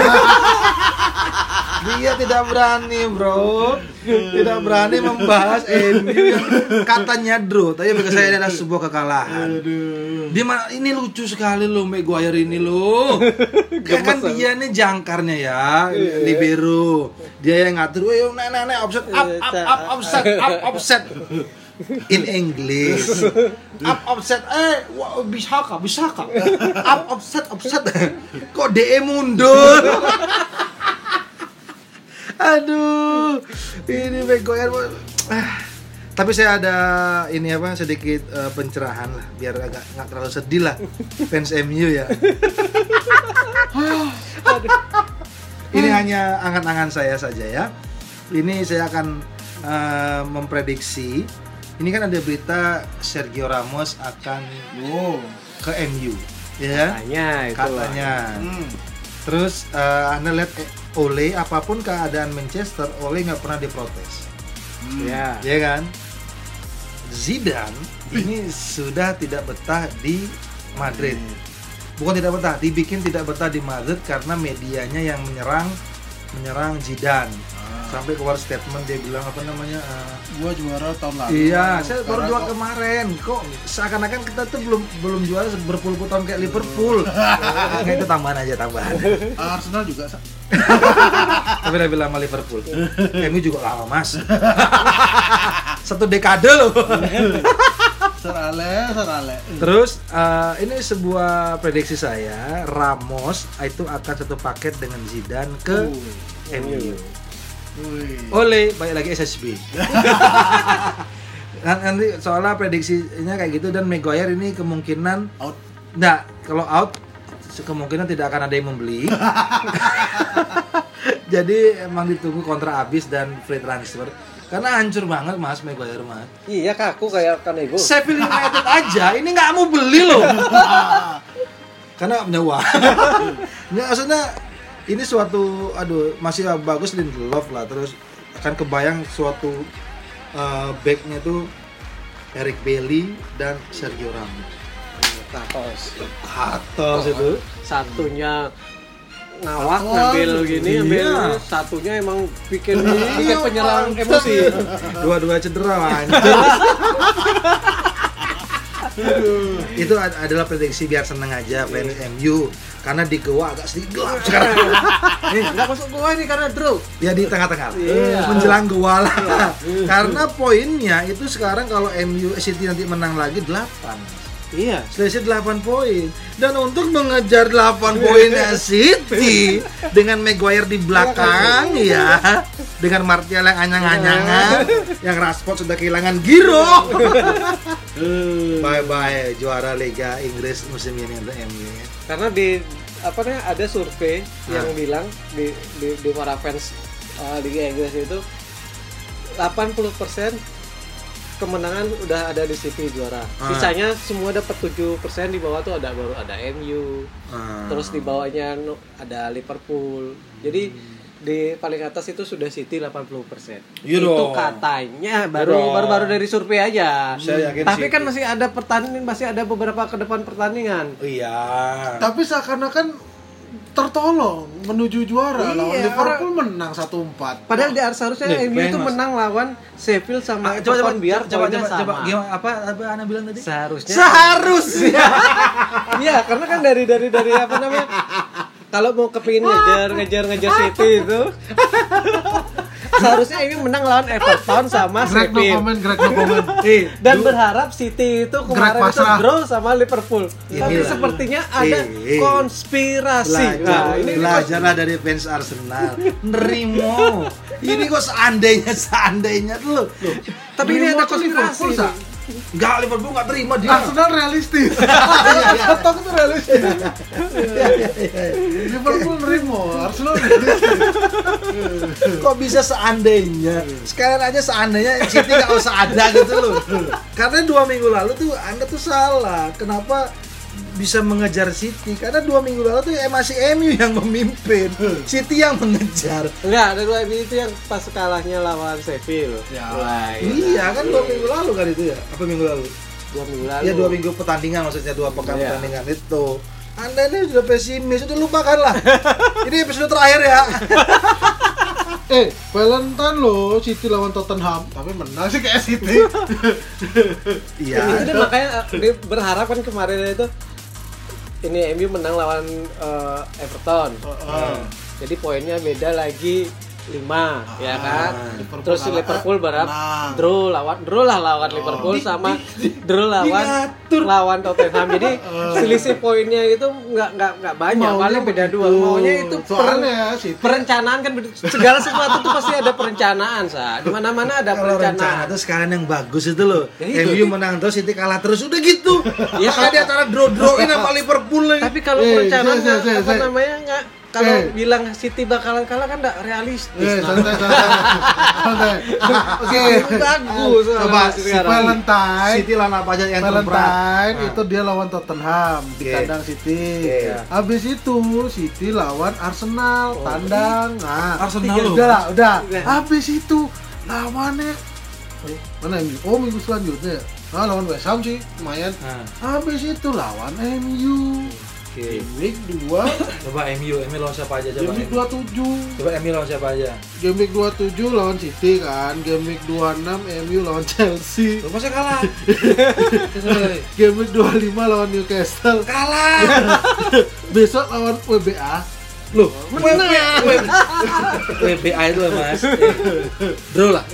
[SPEAKER 1] Dia tidak berani, bro. Tidak berani membahas MU yang katanya draw, tapi bagi saya adalah sebuah kekalahan. Dia ini lucu sekali loh Maguire ini loh. Kayak kan dia nih jangkarnya ya, libero. Dia yang ngatur, "Woi, nek offset. In English. Up offset. Bisa kah? Up offset. Kok DE mundur? Aduh, ini Maguire. Tapi saya ada ini sedikit pencerahan lah, biar agak nggak terlalu sedih lah fans MU ya. Ini hanya angan-angan saya saja ya. Ini saya akan memprediksi. Ini kan ada berita Sergio Ramos akan ke MU, ya? Katanya. Terus Anda lihat Ole, apapun keadaan Manchester, Ole nggak pernah diprotes. Ya kan? Zidane ini sudah tidak betah di Madrid. Bukan tidak betah, dibikin tidak betah di Madrid karena medianya yang menyerang Zidane. Sampai keluar statement dia bilang apa namanya?
[SPEAKER 3] Gua juara tahun lalu.
[SPEAKER 1] Iya, saya baru
[SPEAKER 3] Sekarang
[SPEAKER 1] juara kemarin. Kok seakan-akan kita tuh belum juara berpuluh-puluh tahun kayak Liverpool. Nah, itu tambahan aja tambahan.
[SPEAKER 3] Arsenal juga
[SPEAKER 1] Tapi lebih lama Liverpool. MU juga lama, Mas. 1 dekade loh.
[SPEAKER 3] Serale.
[SPEAKER 1] Terus ini sebuah prediksi saya, Ramos itu akan satu paket dengan Zidane ke MU. Oleh balik lagi SSB. Nanti soalnya prediksinya kayak gitu dan Maguire ini kemungkinan
[SPEAKER 3] Out.
[SPEAKER 1] Nah, kalau out kemungkinan tidak akan ada yang membeli. Jadi emang ditunggu kontrak habis dan free transfer. Karena hancur banget Mas Maguire Mas.
[SPEAKER 2] Iya kaku kayak Kanebo.
[SPEAKER 1] Sheffield United aja ini nggak mau beli loh. Karena punya uang. Nggak, maksudnya ini suatu masih bagus Lindelof lah, terus akan kebayang suatu backnya tuh Eric Bailly dan Sergio Ramos. Katos itu.
[SPEAKER 2] Satunya ngawak ngambil gini, ambil satunya emang bikin penyerang emosi.
[SPEAKER 1] Dua-dua cedera anjir. Itu adalah prediksi biar seneng aja fans MU karena di Goa agak sedikit gelap sekarang.
[SPEAKER 2] Nggak masuk gua ini karena draw.
[SPEAKER 1] Ya di tengah-tengah.
[SPEAKER 2] Iya.
[SPEAKER 1] Menjelang Goa lah. Karena poinnya itu sekarang kalau MU City nanti menang lagi 8.
[SPEAKER 2] Iya.
[SPEAKER 1] Selisih 8 poin. Dan untuk mengejar 8 poinnya City dengan Maguire di belakang ya, dengan Martial yang anyang-anyangan, yang Rashford sudah kehilangan Giro. Bye-bye juara Liga Inggris musim ini untuk MU.
[SPEAKER 2] Karena ada survei yang bilang di para fans Liga Inggris itu 80% kemenangan udah ada di City juara. Sisanya semua dapat 7%, di bawah tuh baru ada MU. Terus di bawahnya ada Liverpool. Jadi di paling atas itu sudah City 80%. Itu katanya baru dari survei aja. Tapi kan masih ada pertandingan, masih ada beberapa ke depan pertandingan.
[SPEAKER 1] Iya.
[SPEAKER 3] Tapi seakan-akan tertolong menuju juara. Lawan Liverpool menang 1-4.
[SPEAKER 2] Padahal seharusnya MU itu menang lawan Sheffield sama Everton biar poinnya sama.
[SPEAKER 1] Gimana apa Ana bilang tadi?
[SPEAKER 2] Seharusnya. Iya, karena kan dari apa namanya? Kalau mau kepingin ngejar City itu seharusnya MU menang lawan Everton sama
[SPEAKER 3] Greg no
[SPEAKER 2] Sheffield.
[SPEAKER 3] comment.
[SPEAKER 2] Dan berharap City itu kemarin itu draw sama Liverpool. Tapi sepertinya ada konspirasi.
[SPEAKER 1] Belajarlah dari fans Arsenal. Nerimo. Ini kok seandainya tuh.
[SPEAKER 2] Tapi ini ada konspirasi.
[SPEAKER 1] Enggak, Liverpool enggak terima dia.
[SPEAKER 3] Arsenal realistis. Kata itu realistis. Liverpool nerimo, Arsenal realistis.
[SPEAKER 1] Kok bisa seandainya? Sekalian aja seandainya City enggak usah ada gitu loh. Karena 2 minggu lalu tuh Anda tuh salah. Kenapa bisa mengejar City? Karena 2 minggu lalu tuh masih MU yang memimpin, City yang mengejar.
[SPEAKER 2] Enggak, ada 2 MU itu yang pas kalahnya lawan Sheffield.
[SPEAKER 1] Iya kan 2 minggu lalu kan itu ya? Apa minggu lalu?
[SPEAKER 2] 2 minggu lalu.
[SPEAKER 1] Ya 2 minggu pertandingan maksudnya 2 pekan pertandingan itu. Anda ini sudah pesimis, sudah lupakanlah. Ini episode terakhir ya.
[SPEAKER 3] Valentine loh, City lawan Tottenham, tapi menang sih kayak City.
[SPEAKER 1] Iya.
[SPEAKER 2] Itu makanya berharap kan kemarin itu ini MU menang lawan Everton. Jadi poinnya beda lagi 5, ya kan? Terus Liverpool berharap draw lawan Liverpool sama draw lawan Tottenham. Jadi selisih poinnya itu nggak banyak, paling beda 2. Maunya itu perencanaan kan, segala sesuatu itu pasti ada perencanaan, Sa. Di mana-mana ada perencanaan.
[SPEAKER 1] Itu sekarang yang bagus itu loh. MU menang terus City kalah terus udah gitu. Ya kalau di antara draw-drawin sama Liverpool lagi.
[SPEAKER 2] Tapi kalau perencanaan nggak kalau bilang City bakalan kalah kan enggak realistis.
[SPEAKER 3] Santai. Oke.
[SPEAKER 2] Bagus.
[SPEAKER 3] Coba si Valentine.
[SPEAKER 1] City lawan apa aja yang
[SPEAKER 3] Valentine itu dia lawan Tottenham di kandang City. Habis itu City lawan Arsenal tandang. Nah,
[SPEAKER 1] Arsenal
[SPEAKER 3] udah. Habis itu lawannya mana MU? Oh, minggu selanjutnya. Lawan West Ham sih lumayan. Habis itu lawan MU.
[SPEAKER 1] Oke.
[SPEAKER 3] Game week 2
[SPEAKER 1] Coba MU lawan siapa aja coba.
[SPEAKER 3] Game week 27
[SPEAKER 1] Coba MU lawan siapa aja?
[SPEAKER 3] Game week 27 lawan City kan. Game week 26 MU lawan Chelsea.
[SPEAKER 1] Lu masa kalah?
[SPEAKER 3] Game week 25 lawan Newcastle.
[SPEAKER 1] Kalah.
[SPEAKER 3] Besok lawan WBA.
[SPEAKER 1] Loh,
[SPEAKER 3] Menang.
[SPEAKER 1] WBA itu Mas. Draw lah.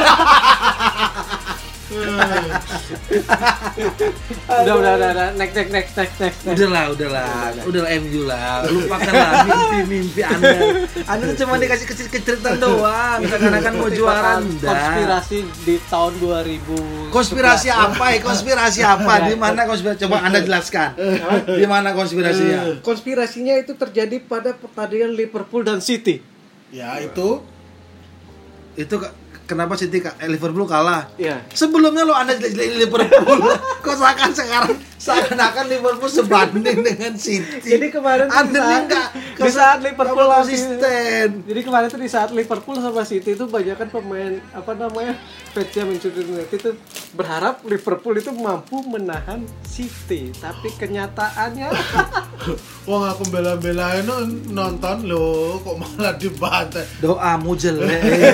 [SPEAKER 2] Udah. Next.
[SPEAKER 1] Udahlah MU lah. Lupakanlah mimpi Anda. Anda tuh cuma dikasih kecil-kecilan doang. Seakan-akan mau juara enggak.
[SPEAKER 2] Konspirasi di tahun 2000.
[SPEAKER 1] Konspirasi apa? Di mana konspirasi? Coba Anda jelaskan. Di mana konspirasinya?
[SPEAKER 2] Konspirasinya itu terjadi pada pertandingan Liverpool dan City.
[SPEAKER 3] Ya itu
[SPEAKER 1] Kenapa Liverpool kalah?
[SPEAKER 2] Iya.
[SPEAKER 1] Sebelumnya lo Anda jelek-jelekin Liverpool. Kok seakan-akan Liverpool sebanding dengan City.
[SPEAKER 2] Jadi kemarin
[SPEAKER 1] Anda
[SPEAKER 2] di saat Liverpool
[SPEAKER 1] konsisten.
[SPEAKER 2] Jadi kemarin tuh di saat Liverpool sama City itu banyak kan pemain fansnya Manchester United itu berharap Liverpool itu mampu menahan City, tapi kenyataannya
[SPEAKER 3] wong aku bela-belain nonton lo kok malah dibantai.
[SPEAKER 1] Doamu jelek.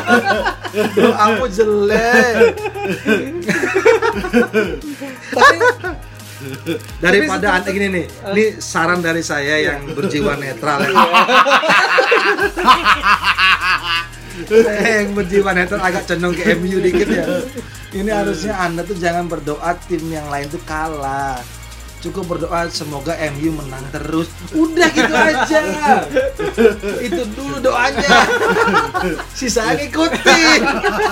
[SPEAKER 1] Tapi daripada Anda gini nih, ini saran dari saya yang berjiwa netral ya. Yang berjiwa netral agak condong ke MU dikit ya. Ini harusnya Anda tuh jangan berdoa tim yang lain tuh kalah. Cukup berdoa semoga MU menang terus. Udah gitu aja. Itu dulu doanya. Sisanya ikutin.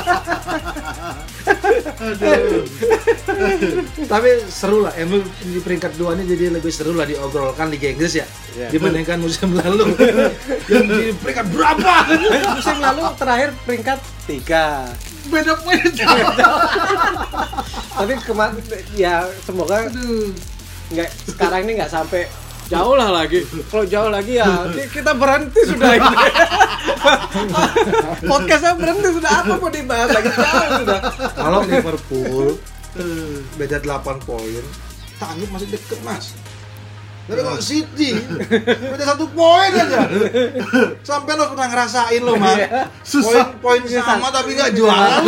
[SPEAKER 1] Tapi seru lah, MU di peringkat 2 ini jadi lebih seru lah diobrolkan Liga Inggris ya, dibandingkan musim lalu. Yang di peringkat berapa?
[SPEAKER 2] Musim lalu terakhir peringkat 3.
[SPEAKER 3] Beda poin.
[SPEAKER 2] Tapi kemarin ya semoga sekarang ini nggak sampai jauh lah lagi. Kalau jauh lagi ya kita berhenti sudah ini. Podcastnya berhenti sudah, apa mau dibahas lagi, jauh sudah.
[SPEAKER 1] Kalau Liverpool beda 8 poin, tak anggap masih deket Mas. Tapi kalau City beda 1 poin aja. Sampai lo pernah ngerasain lo Mas. Poin sama tapi nggak juara.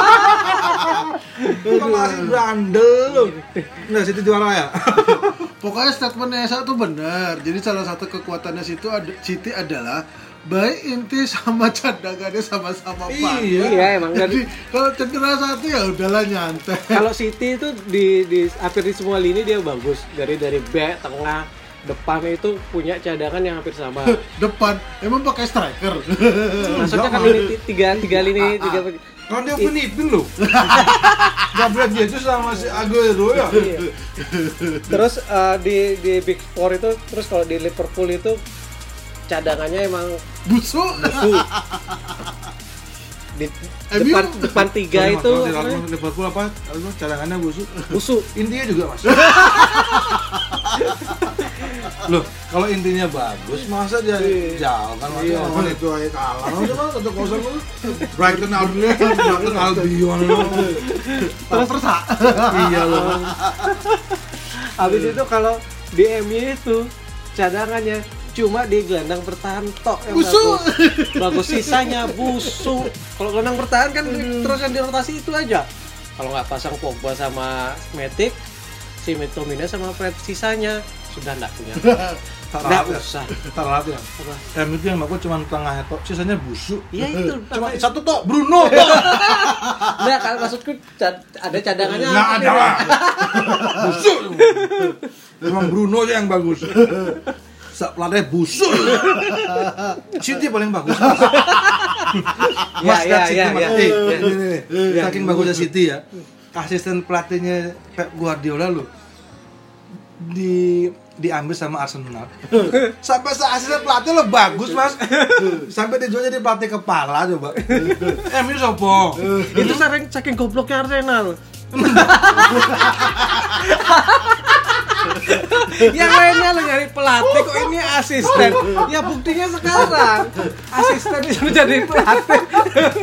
[SPEAKER 1] Lo masih berandel lo. Nggak, City juara ya.
[SPEAKER 3] Pokoknya statementnya Esa tuh benar. Jadi salah satu kekuatannya City adalah baik inti sama cadangannya sama-sama pak.
[SPEAKER 2] Iya emang.
[SPEAKER 3] Jadi kalau cedera satu ya udahlah nyantai.
[SPEAKER 2] Kalau City itu di hampir di semua lini dia bagus. Dari back, tengah, depan itu punya cadangan yang hampir sama.
[SPEAKER 3] Depan emang pakai striker.
[SPEAKER 2] Maksudnya kan ini tiga lini, tiga.
[SPEAKER 1] Kan dia Filipin loh. Gabriel Jesus sama si Aguero ya.
[SPEAKER 2] Iya. Terus di Big Four itu, terus kalau di Liverpool itu cadangannya emang
[SPEAKER 3] busuk.
[SPEAKER 2] Di depan 3 itu
[SPEAKER 1] Liverpool apa? Cadangannya
[SPEAKER 2] busuk.
[SPEAKER 1] Intinya juga Mas. Loh, kalau intinya bagus, masa dia jauh kan?
[SPEAKER 2] Iya.
[SPEAKER 1] Masa itu aja kalah. Masa 1-0 Brighton Albion lo.
[SPEAKER 3] Terus persa.
[SPEAKER 1] Iya loh.
[SPEAKER 2] Habis itu kalau di MU itu cadangannya cuma di gelandang bertahan tok yang
[SPEAKER 3] busuk.
[SPEAKER 2] Bagus, sisanya busuk. Kalau gelandang bertahan kan terus yang dirotasi itu aja. Kalau nggak pasang Pogba sama Matic, si McTominay sama Fred, sisanya sudah nggak punya. Nggak usah.
[SPEAKER 1] Terlalu ya. MU itu yang bagus cuma tengahnya tok, sisanya busuk.
[SPEAKER 2] Iya itu.
[SPEAKER 1] Cuma satu tok, Bruno.
[SPEAKER 2] Nggak, kalau maksudku ada cadangannya.
[SPEAKER 1] Nggak ada. Busuk. Emang Bruno aja yang bagus. Pelatih busuk. City paling bagus. Mas City. Saking bagusnya City ya. Asisten pelatihnya Pep Guardiola loh. Diambil sama Arsenal. Sampai asisten pelatih lo bagus Mas. Sampai dijual jadi pelatih kepala coba. MU sopo?
[SPEAKER 2] Itu saking gobloknya Arsenal. Yang lainnya lo nyari pelatih, kok ini asisten. Ya buktinya sekarang asisten itu jadi pelatih.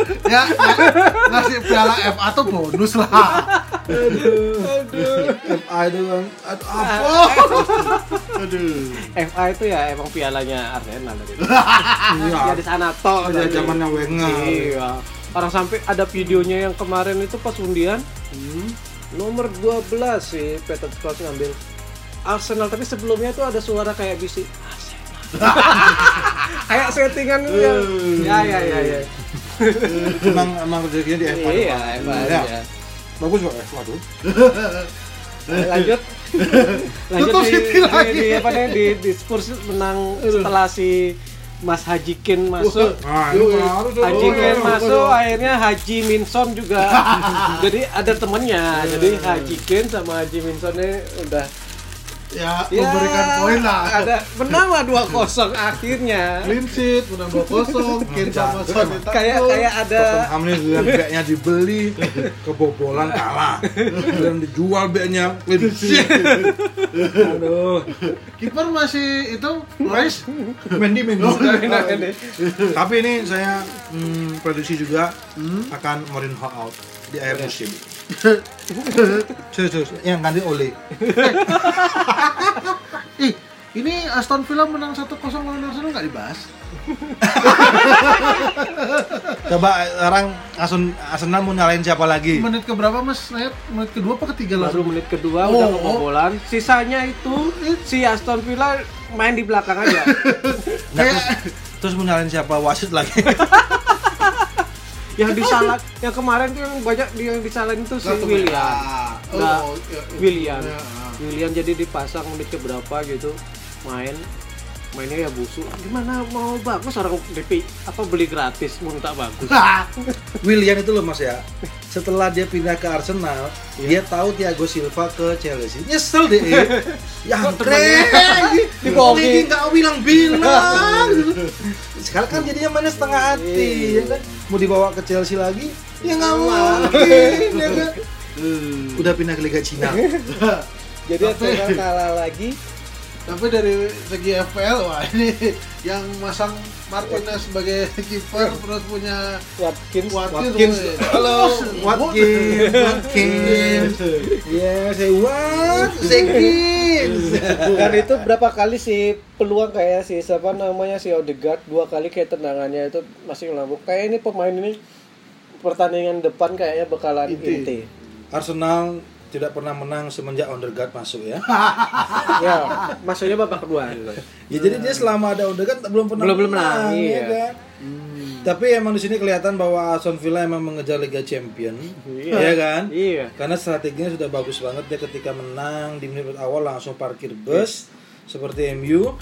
[SPEAKER 3] Ya ngasih piala FA tuh bonus lah.
[SPEAKER 1] FA FA itu kan apa?
[SPEAKER 3] Aduh.
[SPEAKER 2] FA itu ya emang pialanya Arsenal tadi.
[SPEAKER 1] Iya.
[SPEAKER 2] Ya di sana toh
[SPEAKER 1] Ada zamannya Wenger.
[SPEAKER 2] Iya. Orang sampai ada videonya yang kemarin itu pas undian nomor 12 sih Peter Crouch ngambil Arsenal, tapi sebelumnya itu ada suara kayak bisik Arsenal. Kayak settingan gitu ya. Ya.
[SPEAKER 1] Emang rezekinya di FA.
[SPEAKER 2] Iya, FA
[SPEAKER 1] Ya.
[SPEAKER 2] ya.
[SPEAKER 1] Bagus kok FA tuh.
[SPEAKER 2] Lanjut
[SPEAKER 3] Tutup City lagi.
[SPEAKER 2] di apa nih di Spurs menang setelah si Mas Haji Kane masuk.
[SPEAKER 1] Nah, ini harus dong.
[SPEAKER 2] Haji Kane masuk, akhirnya Haji Minson juga. Jadi ada temennya. Jadi Haji Kane sama Haji Minsonnya udah
[SPEAKER 3] Ya, memberikan poin lah.
[SPEAKER 2] Ada menang lah 2-0 akhirnya.
[SPEAKER 3] Clean sheet, menang 2-0. Kane sama Son ditakut.
[SPEAKER 2] Kayak ada
[SPEAKER 1] Tottenham nih dengan backnya dibeli, kebobolan kalah. Dan dijual backnya clean sheet. Aduh.
[SPEAKER 3] Kiper masih itu Rice.
[SPEAKER 1] Mendy.
[SPEAKER 2] ini.
[SPEAKER 1] Tapi ini saya prediksi juga akan Mourinho out di akhir musim. Serius, yang ganti Ole.
[SPEAKER 3] Ini Aston Villa menang 1-0 lawan Arsenal nggak dibahas?
[SPEAKER 1] Coba sekarang Arsenal mau nyalain siapa lagi?
[SPEAKER 3] Menit ke berapa Mas Nayat? Menit kedua apa ketiga
[SPEAKER 2] Baru
[SPEAKER 3] langsung?
[SPEAKER 2] menit kedua udah kebobolan. Sisanya itu si Aston Villa main di belakang aja.
[SPEAKER 1] Nah, terus mau nyalain siapa? Wasit lagi.
[SPEAKER 2] Yang disalah, yang kemarin tuh yang banyak yang disalahin itu si Willian. Willian jadi dipasang menit ke berapa gitu mainnya ya busuk. Gimana mau bagus orang DP beli gratis mau tak bagus.
[SPEAKER 1] Willian itu loh Mas ya. Setelah dia pindah ke Arsenal, dia tahu Thiago Silva ke Chelsea. Nyesel deh. Yang keren.
[SPEAKER 2] Dibohongin.
[SPEAKER 1] Enggak bilang-bilang. Sekarang kan jadinya mainnya setengah hati, ya kan? Mau dibawa ke Chelsea lagi? Ya nggak mungkin, ya kan? Udah pindah ke Liga Cina.
[SPEAKER 2] Jadi Arsenal kalah lagi.
[SPEAKER 3] Tapi dari segi FPL, wah ini yang masang Martinez sebagai kiper terus punya
[SPEAKER 2] Watkins.
[SPEAKER 1] Halo, Watkins. Ya, saya Watkins.
[SPEAKER 2] Dan itu berapa kali sih peluang kayak si Odegaard 2 kali kayak tendangannya itu masih ngelambuk. Kayak ini pemain ini pertandingan depan kayaknya bakalan inti.
[SPEAKER 1] Arsenal tidak pernah menang semenjak Odegaard masuk ya.
[SPEAKER 2] Ya, maksudnya babak kedua.
[SPEAKER 1] Ya jadi dia selama ada Odegaard belum pernah
[SPEAKER 2] menang,
[SPEAKER 1] ya
[SPEAKER 2] iya.
[SPEAKER 1] kan? Tapi emang di sini kelihatan bahwa Aston Villa emang mengejar Liga Champion. Iya kan?
[SPEAKER 2] Iya.
[SPEAKER 1] Karena strateginya sudah bagus banget, dia ketika menang di menit awal langsung parkir bus seperti MU.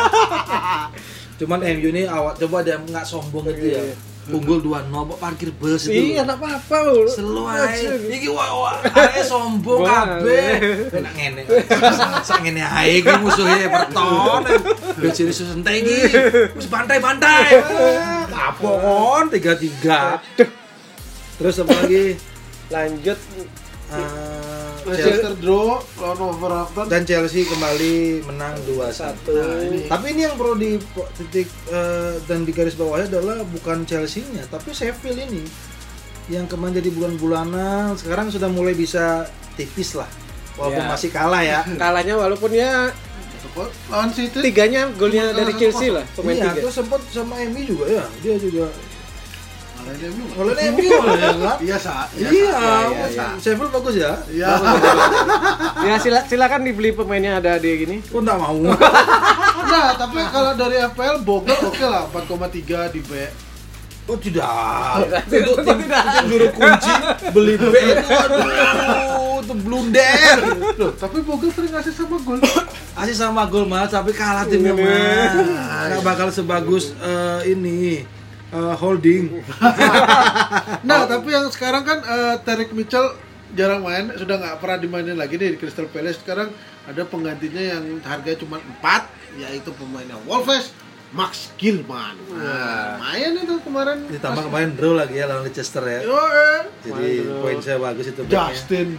[SPEAKER 1] Cuman MU ini awal coba dia nggak sombong gitu ya. Unggul 2-0 parkir bus itu.
[SPEAKER 2] Iya, enggak apa-apa lho.
[SPEAKER 1] Selu ae. Iki arek sombong kabeh. Enak ngene. Sak ngene ae iki musuhe Everton. Wis jadi susente iki. Wis bantai-bantai. Kapok kon 3-3. Terus apa lagi?
[SPEAKER 2] Lanjut
[SPEAKER 3] Leicester draw lawan Wolverhampton
[SPEAKER 1] Dan Chelsea kembali menang 2-1. Tapi ini yang perlu di titik dan di garis bawahnya adalah bukan Chelsea-nya, tapi Sheffield ini yang kemarin jadi bulan-bulanan sekarang sudah mulai bisa tipis lah. Walaupun masih kalah ya.
[SPEAKER 2] kalahnya walaupun ya
[SPEAKER 3] lawan City
[SPEAKER 2] 3-nya golnya dari Chelsea lah, pemain
[SPEAKER 1] Iya,
[SPEAKER 2] 3.
[SPEAKER 1] terus sempat sama MU juga ya. Dia juga
[SPEAKER 3] Ngalahin MU.
[SPEAKER 1] oleh MU ya kan?
[SPEAKER 3] Iya,
[SPEAKER 1] Iya, Sheffield bagus ya.
[SPEAKER 3] Iya.
[SPEAKER 2] Ya silakan dibeli pemainnya ada di gini.
[SPEAKER 1] Kok enggak mau?
[SPEAKER 3] Nah, tapi kalau dari FPL Bogle oke lah 4,3 di B.
[SPEAKER 1] Oh tidak. Itu juru kunci beli B itu aduh, itu blunder.
[SPEAKER 3] Loh, tapi Bogle sering ngasih sama gol.
[SPEAKER 1] Asih sama gol malah tapi kalah timnya mah. Enggak bakal sebagus ini Holding.
[SPEAKER 3] Nah, tapi yang sekarang kan Tyrick Mitchell jarang main, sudah nggak pernah dimainin lagi nih di Crystal Palace. Sekarang ada penggantinya yang harganya cuma 4, yaitu pemainnya Wolves, Max Gilman. Nah, main itu kemarin.
[SPEAKER 1] Ditambah kemarin draw lagi ya lawan Leicester ya. Jadi poin saya bagus itu.
[SPEAKER 3] Justin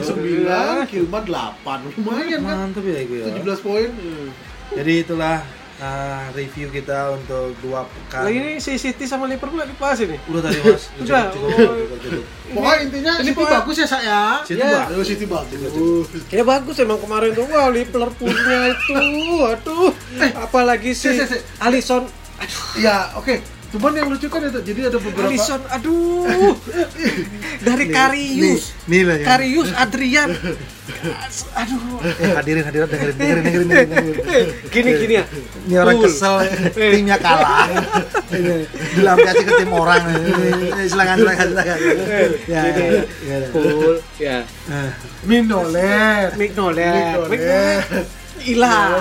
[SPEAKER 3] 9, Gilman 8. Lumayan kan?
[SPEAKER 1] Mantap ya itu ya.
[SPEAKER 3] 17 poin.
[SPEAKER 1] Jadi itulah review kita untuk 2 pekan.
[SPEAKER 2] Lah ini si City sama Liverpool nggak dibahas ini?
[SPEAKER 1] Udah tadi Mas.
[SPEAKER 2] Udah.
[SPEAKER 1] Cukup.
[SPEAKER 3] Pokoknya intinya
[SPEAKER 2] ini
[SPEAKER 3] City
[SPEAKER 2] pokoknya-
[SPEAKER 3] bagus ya saya.
[SPEAKER 1] City
[SPEAKER 2] Ya.
[SPEAKER 1] bagus.
[SPEAKER 3] City bagus.
[SPEAKER 2] Kayaknya bagus emang kemarin tuh, wah Liverpoolnya itu, aduh, apalagi si
[SPEAKER 3] si.
[SPEAKER 2] Alisson,
[SPEAKER 3] Ya, oke. Cuman yang lucu kan itu, jadi ada beberapa
[SPEAKER 2] Alisson, aduh, dari Karius,
[SPEAKER 1] Nih lah ya.
[SPEAKER 2] Karius, Adrian, aduh,
[SPEAKER 1] Hadirin dengerin.
[SPEAKER 2] gini ya,
[SPEAKER 1] Ini orang
[SPEAKER 2] Cool.
[SPEAKER 1] kesel, timnya kalah. Dilampiasi ke tim orang. Silakan. Ya.
[SPEAKER 2] Cool, ya,
[SPEAKER 3] Mignolet.
[SPEAKER 2] Mignolet, hilang.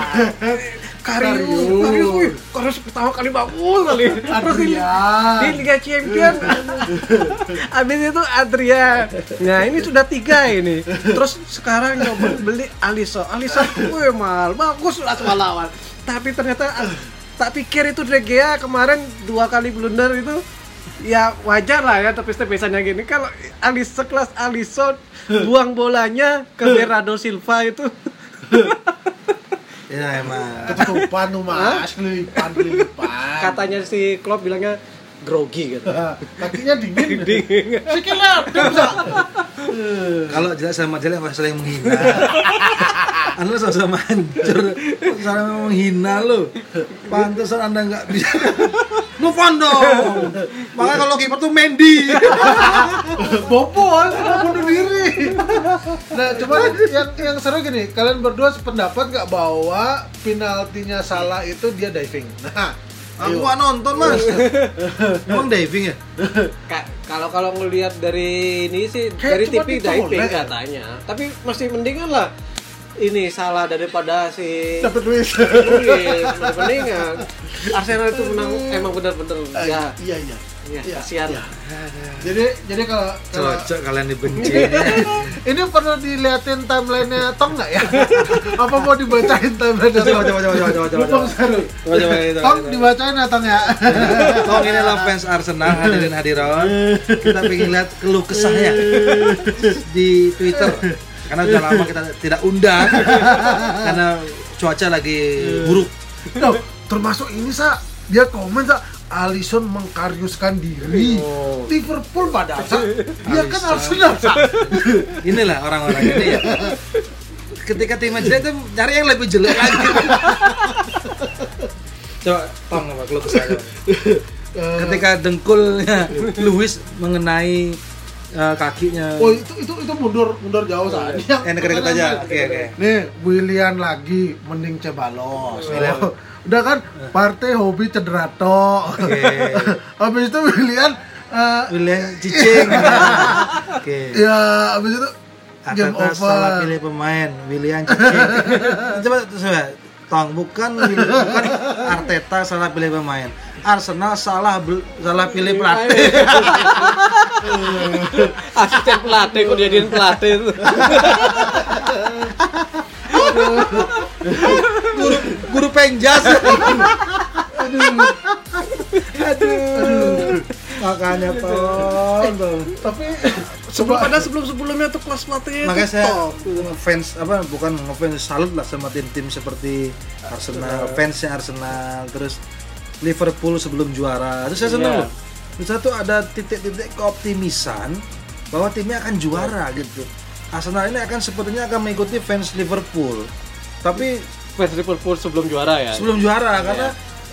[SPEAKER 2] Karius pertama kali bagus kali. Terus di Liga Champion. Habis itu Adrian. Nah, ini sudah 3 ini. Terus sekarang nyoba beli Alisson. Alisson wih mahal, bagus lah sama lawan. Tapi ternyata tak pikir itu De Gea kemarin 2 kali blunder itu ya wajar lah ya, tapi tepisannya gini. Kalau Alisson kelas Alisson buang bolanya ke Bernardo Silva itu.
[SPEAKER 1] Ya emang.
[SPEAKER 3] Ketutupan tuh Mas, kelipan.
[SPEAKER 2] Katanya si Klopp bilangnya grogi gitu.
[SPEAKER 3] Kakinya dingin.
[SPEAKER 2] Dingin.
[SPEAKER 3] Sikilnya bisa.
[SPEAKER 1] Kalau jelas sama jelek nggak saling menghina. Anda sama hancur, saling menghina lo. Pantesan Anda nggak bisa. Move on dong. Makanya kalau kiper tuh Mendy.
[SPEAKER 3] Bobol, bunuh diri. Nah, cuma yang seru gini, kalian berdua sependapat nggak bahwa penaltinya salah itu dia diving? Nah,
[SPEAKER 1] Aku
[SPEAKER 3] ayo.
[SPEAKER 1] nggak nonton Mas. Emang diving ya?
[SPEAKER 2] Kalau ngelihat dari ini sih
[SPEAKER 3] Kayak
[SPEAKER 2] dari
[SPEAKER 3] cuma
[SPEAKER 2] TV
[SPEAKER 3] ditolak.
[SPEAKER 2] diving katanya. Tapi masih mendingan lah ini salah daripada si
[SPEAKER 3] Dapat Luis.
[SPEAKER 2] Luis, masih mendingan. Arsenal itu menang emang benar-benar ya.
[SPEAKER 3] Iya.
[SPEAKER 2] Ya,
[SPEAKER 3] Iya,
[SPEAKER 2] kasihan.
[SPEAKER 3] iya. Jadi kalau
[SPEAKER 1] Cocok kalian dibenci.
[SPEAKER 3] ini perlu diliatin timeline-nya Tong nggak ya? Apa mau dibacain timeline-nya Tong?
[SPEAKER 1] Coba.
[SPEAKER 3] Mumpung seru.
[SPEAKER 1] Coba.
[SPEAKER 3] Tong dibacain ya Tong ya?
[SPEAKER 1] Tong ini adalah fans Arsenal hadirin. Kita pengen lihat keluh kesahnya di Twitter. Karena udah lama kita tidak undang karena cuaca lagi buruk.
[SPEAKER 3] Nah, termasuk ini dia komen Alisson mengkariuskan diri.
[SPEAKER 2] Oh.
[SPEAKER 3] Liverpool padahal dia kan Arsenal.
[SPEAKER 1] Inilah orang-orang ini ya. Ketika tim jelek itu cari yang lebih jelek lagi. Coba Tong apa keluh kesahnya. Ketika dengkulnya Luis mengenai kakinya.
[SPEAKER 3] Oh itu mundur jauh saat.
[SPEAKER 1] Deket aja. Oke.
[SPEAKER 3] Nih Willian lagi mending Cebalos.
[SPEAKER 1] Willian.
[SPEAKER 3] Udah kan partai hobi cedera tok.
[SPEAKER 1] Oke.
[SPEAKER 3] Habis itu Willian
[SPEAKER 1] cicing. Oke.
[SPEAKER 3] ya habis itu game
[SPEAKER 1] Arteta salah
[SPEAKER 3] over.
[SPEAKER 1] pilih pemain, Willian cicing. Coba Tong, bukan Arteta salah pilih pemain. Arsenal salah pilih pelatih.
[SPEAKER 2] Asisten pelatih kok jadiin pelatih itu.
[SPEAKER 1] Guru penjas. Makanya Tong.
[SPEAKER 3] Tapi
[SPEAKER 2] Sebelumnya tuh kelas pelatihnya
[SPEAKER 1] Makanya
[SPEAKER 2] itu
[SPEAKER 1] saya
[SPEAKER 2] top.
[SPEAKER 1] ngefans bukan ngefans, salut lah sama tim-tim seperti Arsenal, fansnya Arsenal, terus Liverpool sebelum juara. Terus saya senang
[SPEAKER 2] Iya.
[SPEAKER 1] loh. Terus satu ada titik-titik keoptimisan bahwa timnya akan juara gitu. Arsenal ini akan sepertinya akan mengikuti fans Liverpool. Tapi
[SPEAKER 2] Fans Liverpool sebelum juara ya.
[SPEAKER 1] sebelum juara karena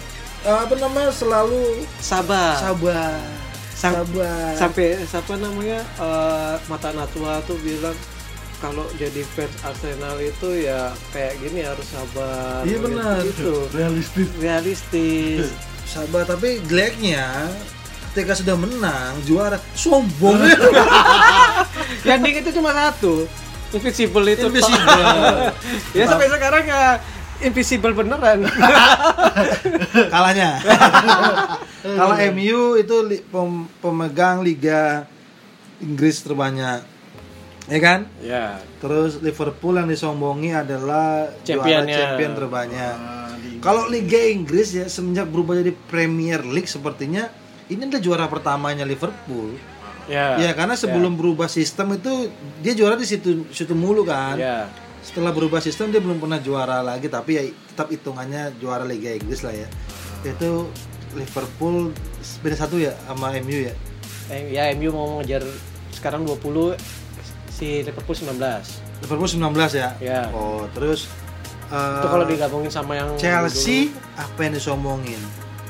[SPEAKER 1] selalu
[SPEAKER 2] Sabar.
[SPEAKER 1] sabar.
[SPEAKER 2] Sampai siapa namanya Mata Natua tuh bilang kalau jadi fans Arsenal itu ya kayak gini harus sabar.
[SPEAKER 1] Iya, benar.
[SPEAKER 2] Gitu. Realistis.
[SPEAKER 1] Sabar, tapi jeleknya ketika sudah menang juara sombong.
[SPEAKER 2] Yang ding itu cuma satu. Invisible itu.
[SPEAKER 1] Invisible.
[SPEAKER 2] Ya sampai sekarang ya invisible beneran.
[SPEAKER 1] Kalahnya. Kalau MU itu pemegang Liga Inggris terbanyak, ya kan?
[SPEAKER 2] Ya.
[SPEAKER 1] Terus Liverpool yang disombongi adalah
[SPEAKER 2] Championnya.
[SPEAKER 1] juara champion terbanyak. Kalau Liga Inggris ya semenjak berubah jadi Premier League sepertinya ini adalah juara pertamanya Liverpool.
[SPEAKER 2] Ya.
[SPEAKER 1] Ya karena sebelum berubah sistem itu dia juara di situ mulu kan.
[SPEAKER 2] Ya.
[SPEAKER 1] setelah berubah sistem dia belum pernah juara lagi, tapi ya tetap hitungannya juara Liga Inggris lah ya. Itu Liverpool beda 1 ya sama MU ya.
[SPEAKER 2] Ya MU mau mengejar sekarang 20, si Liverpool 19.
[SPEAKER 1] Liverpool 19 ya.
[SPEAKER 2] Ya.
[SPEAKER 1] Oh, terus
[SPEAKER 2] Itu kalau digabungin sama yang
[SPEAKER 1] Chelsea
[SPEAKER 2] dulu.
[SPEAKER 1] apa yang disombongin?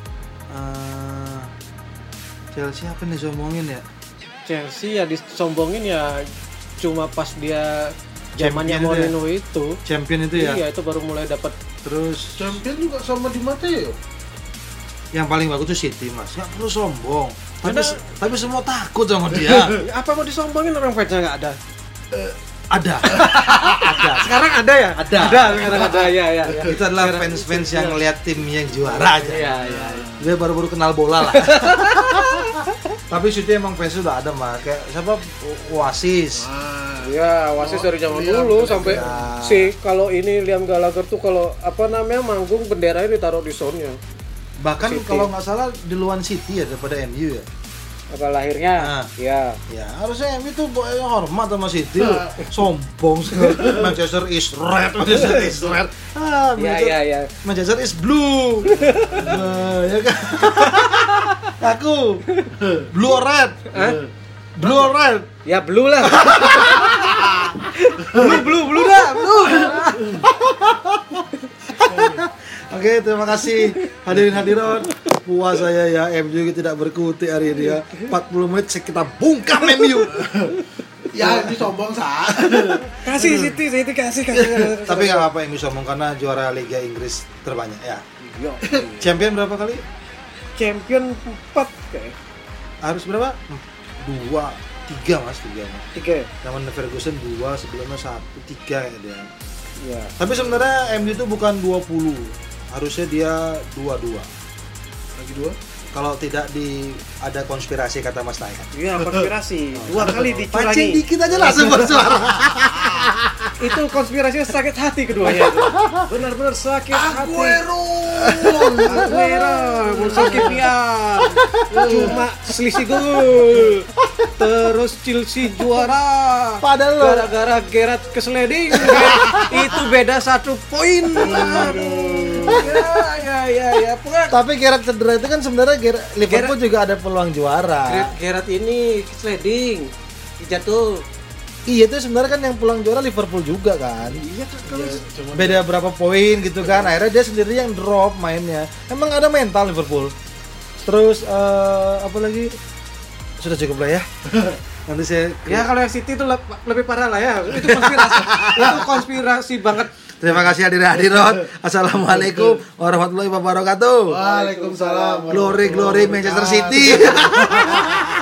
[SPEAKER 1] Chelsea apa yang disombongin ya?
[SPEAKER 2] Chelsea ya disombongin ya cuma pas dia zamannya
[SPEAKER 1] Champion itu ya?
[SPEAKER 2] Mourinho itu.
[SPEAKER 1] Champion itu ya.
[SPEAKER 2] Iya, itu baru mulai dapat.
[SPEAKER 1] Terus
[SPEAKER 3] Champion juga sama Di Matteo.
[SPEAKER 1] yang paling bagus tuh City, Mas. Nggak perlu sombong.
[SPEAKER 2] Karena-
[SPEAKER 1] Tapi semua takut sama dia.
[SPEAKER 2] Apa mau disombongin, orang fansnya nggak ada.
[SPEAKER 1] Ada. Ada.
[SPEAKER 2] Sekarang ada ya?
[SPEAKER 1] Ada.
[SPEAKER 2] Sekarang ada ya.
[SPEAKER 1] Itu adalah fans-fans yang ngeliat tim yang juara aja.
[SPEAKER 2] Iya.
[SPEAKER 1] Dia baru-baru kenal bola lah. Tapi City emang fans udah ada mah. Kayak siapa? Oasis.
[SPEAKER 2] Iya, Oasis dari zaman
[SPEAKER 3] Liam
[SPEAKER 2] dulu
[SPEAKER 3] Gallagher.
[SPEAKER 2] sampai si kalau ini Liam Gallagher tuh kalau apa namanya manggung benderanya ditaruh di soundnya.
[SPEAKER 1] Bahkan
[SPEAKER 2] City.
[SPEAKER 1] kalau nggak salah duluan City ya daripada MU ya.
[SPEAKER 2] Apa lahirnya?
[SPEAKER 1] Nah.
[SPEAKER 2] Ya.
[SPEAKER 1] Ya harusnya MU tuh hormat sama City loh. Sombong sekali. Manchester is red, Manchester is red.
[SPEAKER 2] Iya.
[SPEAKER 1] Manchester is blue. Ya kan? Aku blue or red? Blue or red?
[SPEAKER 2] Ya blue lah. blue dah, blue.
[SPEAKER 1] Oke, terima kasih hadirin hadirat. Puas saya ya, MU tidak berkutik hari ini ya. 40 menit kita bungkam MU.
[SPEAKER 3] Ya, ini sombong sah.
[SPEAKER 2] Kasih City kasih.
[SPEAKER 1] Tapi nggak apa-apa MU sombong karena juara Liga Inggris terbanyak ya.
[SPEAKER 2] Yo.
[SPEAKER 1] Champion berapa kali?
[SPEAKER 2] Champion 4 kayak.
[SPEAKER 1] Harus berapa? 2, 3 mas.
[SPEAKER 2] 3.
[SPEAKER 1] Zaman Ferguson 2, sebelumnya 1, 3 kayak dia.
[SPEAKER 2] Iya.
[SPEAKER 1] Tapi sebenarnya MU itu bukan 20. Harusnya dia 22.
[SPEAKER 3] Lagi 2.
[SPEAKER 1] Kalau tidak ada konspirasi kata Mas Naya.
[SPEAKER 2] Iya, konspirasi. 2 kali
[SPEAKER 1] Pancing
[SPEAKER 2] dicurangi.
[SPEAKER 1] dikit aja langsung bersuara.
[SPEAKER 2] Itu konspirasinya sakit hati keduanya itu. Benar-benar sakit hati. Aguero, musuh kipian. Cuma selisih gol. Terus Chelsea juara.
[SPEAKER 1] Padahal lo
[SPEAKER 2] Gara-gara Gerrard kesliding. Itu beda 1 poin. Aduh. Ya. Pokoknya
[SPEAKER 1] tapi Gerrard cedera itu kan sebenarnya Liverpool juga ada peluang juara.
[SPEAKER 2] Gerrard ini sliding. Jatuh.
[SPEAKER 1] Iya itu sebenarnya kan yang peluang juara Liverpool juga kan.
[SPEAKER 2] Iya kan.
[SPEAKER 1] Beda berapa poin gitu kan. Akhirnya dia sendiri yang drop mainnya. Emang ada mental Liverpool. Terus apa lagi? Sudah cukup lah ya. Nanti saya
[SPEAKER 2] Ya kalau yang City itu lebih parah lah ya. Itu konspirasi. Itu konspirasi banget.
[SPEAKER 1] Terima kasih hadirin. Assalamualaikum warahmatullahi wabarakatuh.
[SPEAKER 3] Waalaikumsalam.
[SPEAKER 1] Glory Manchester City.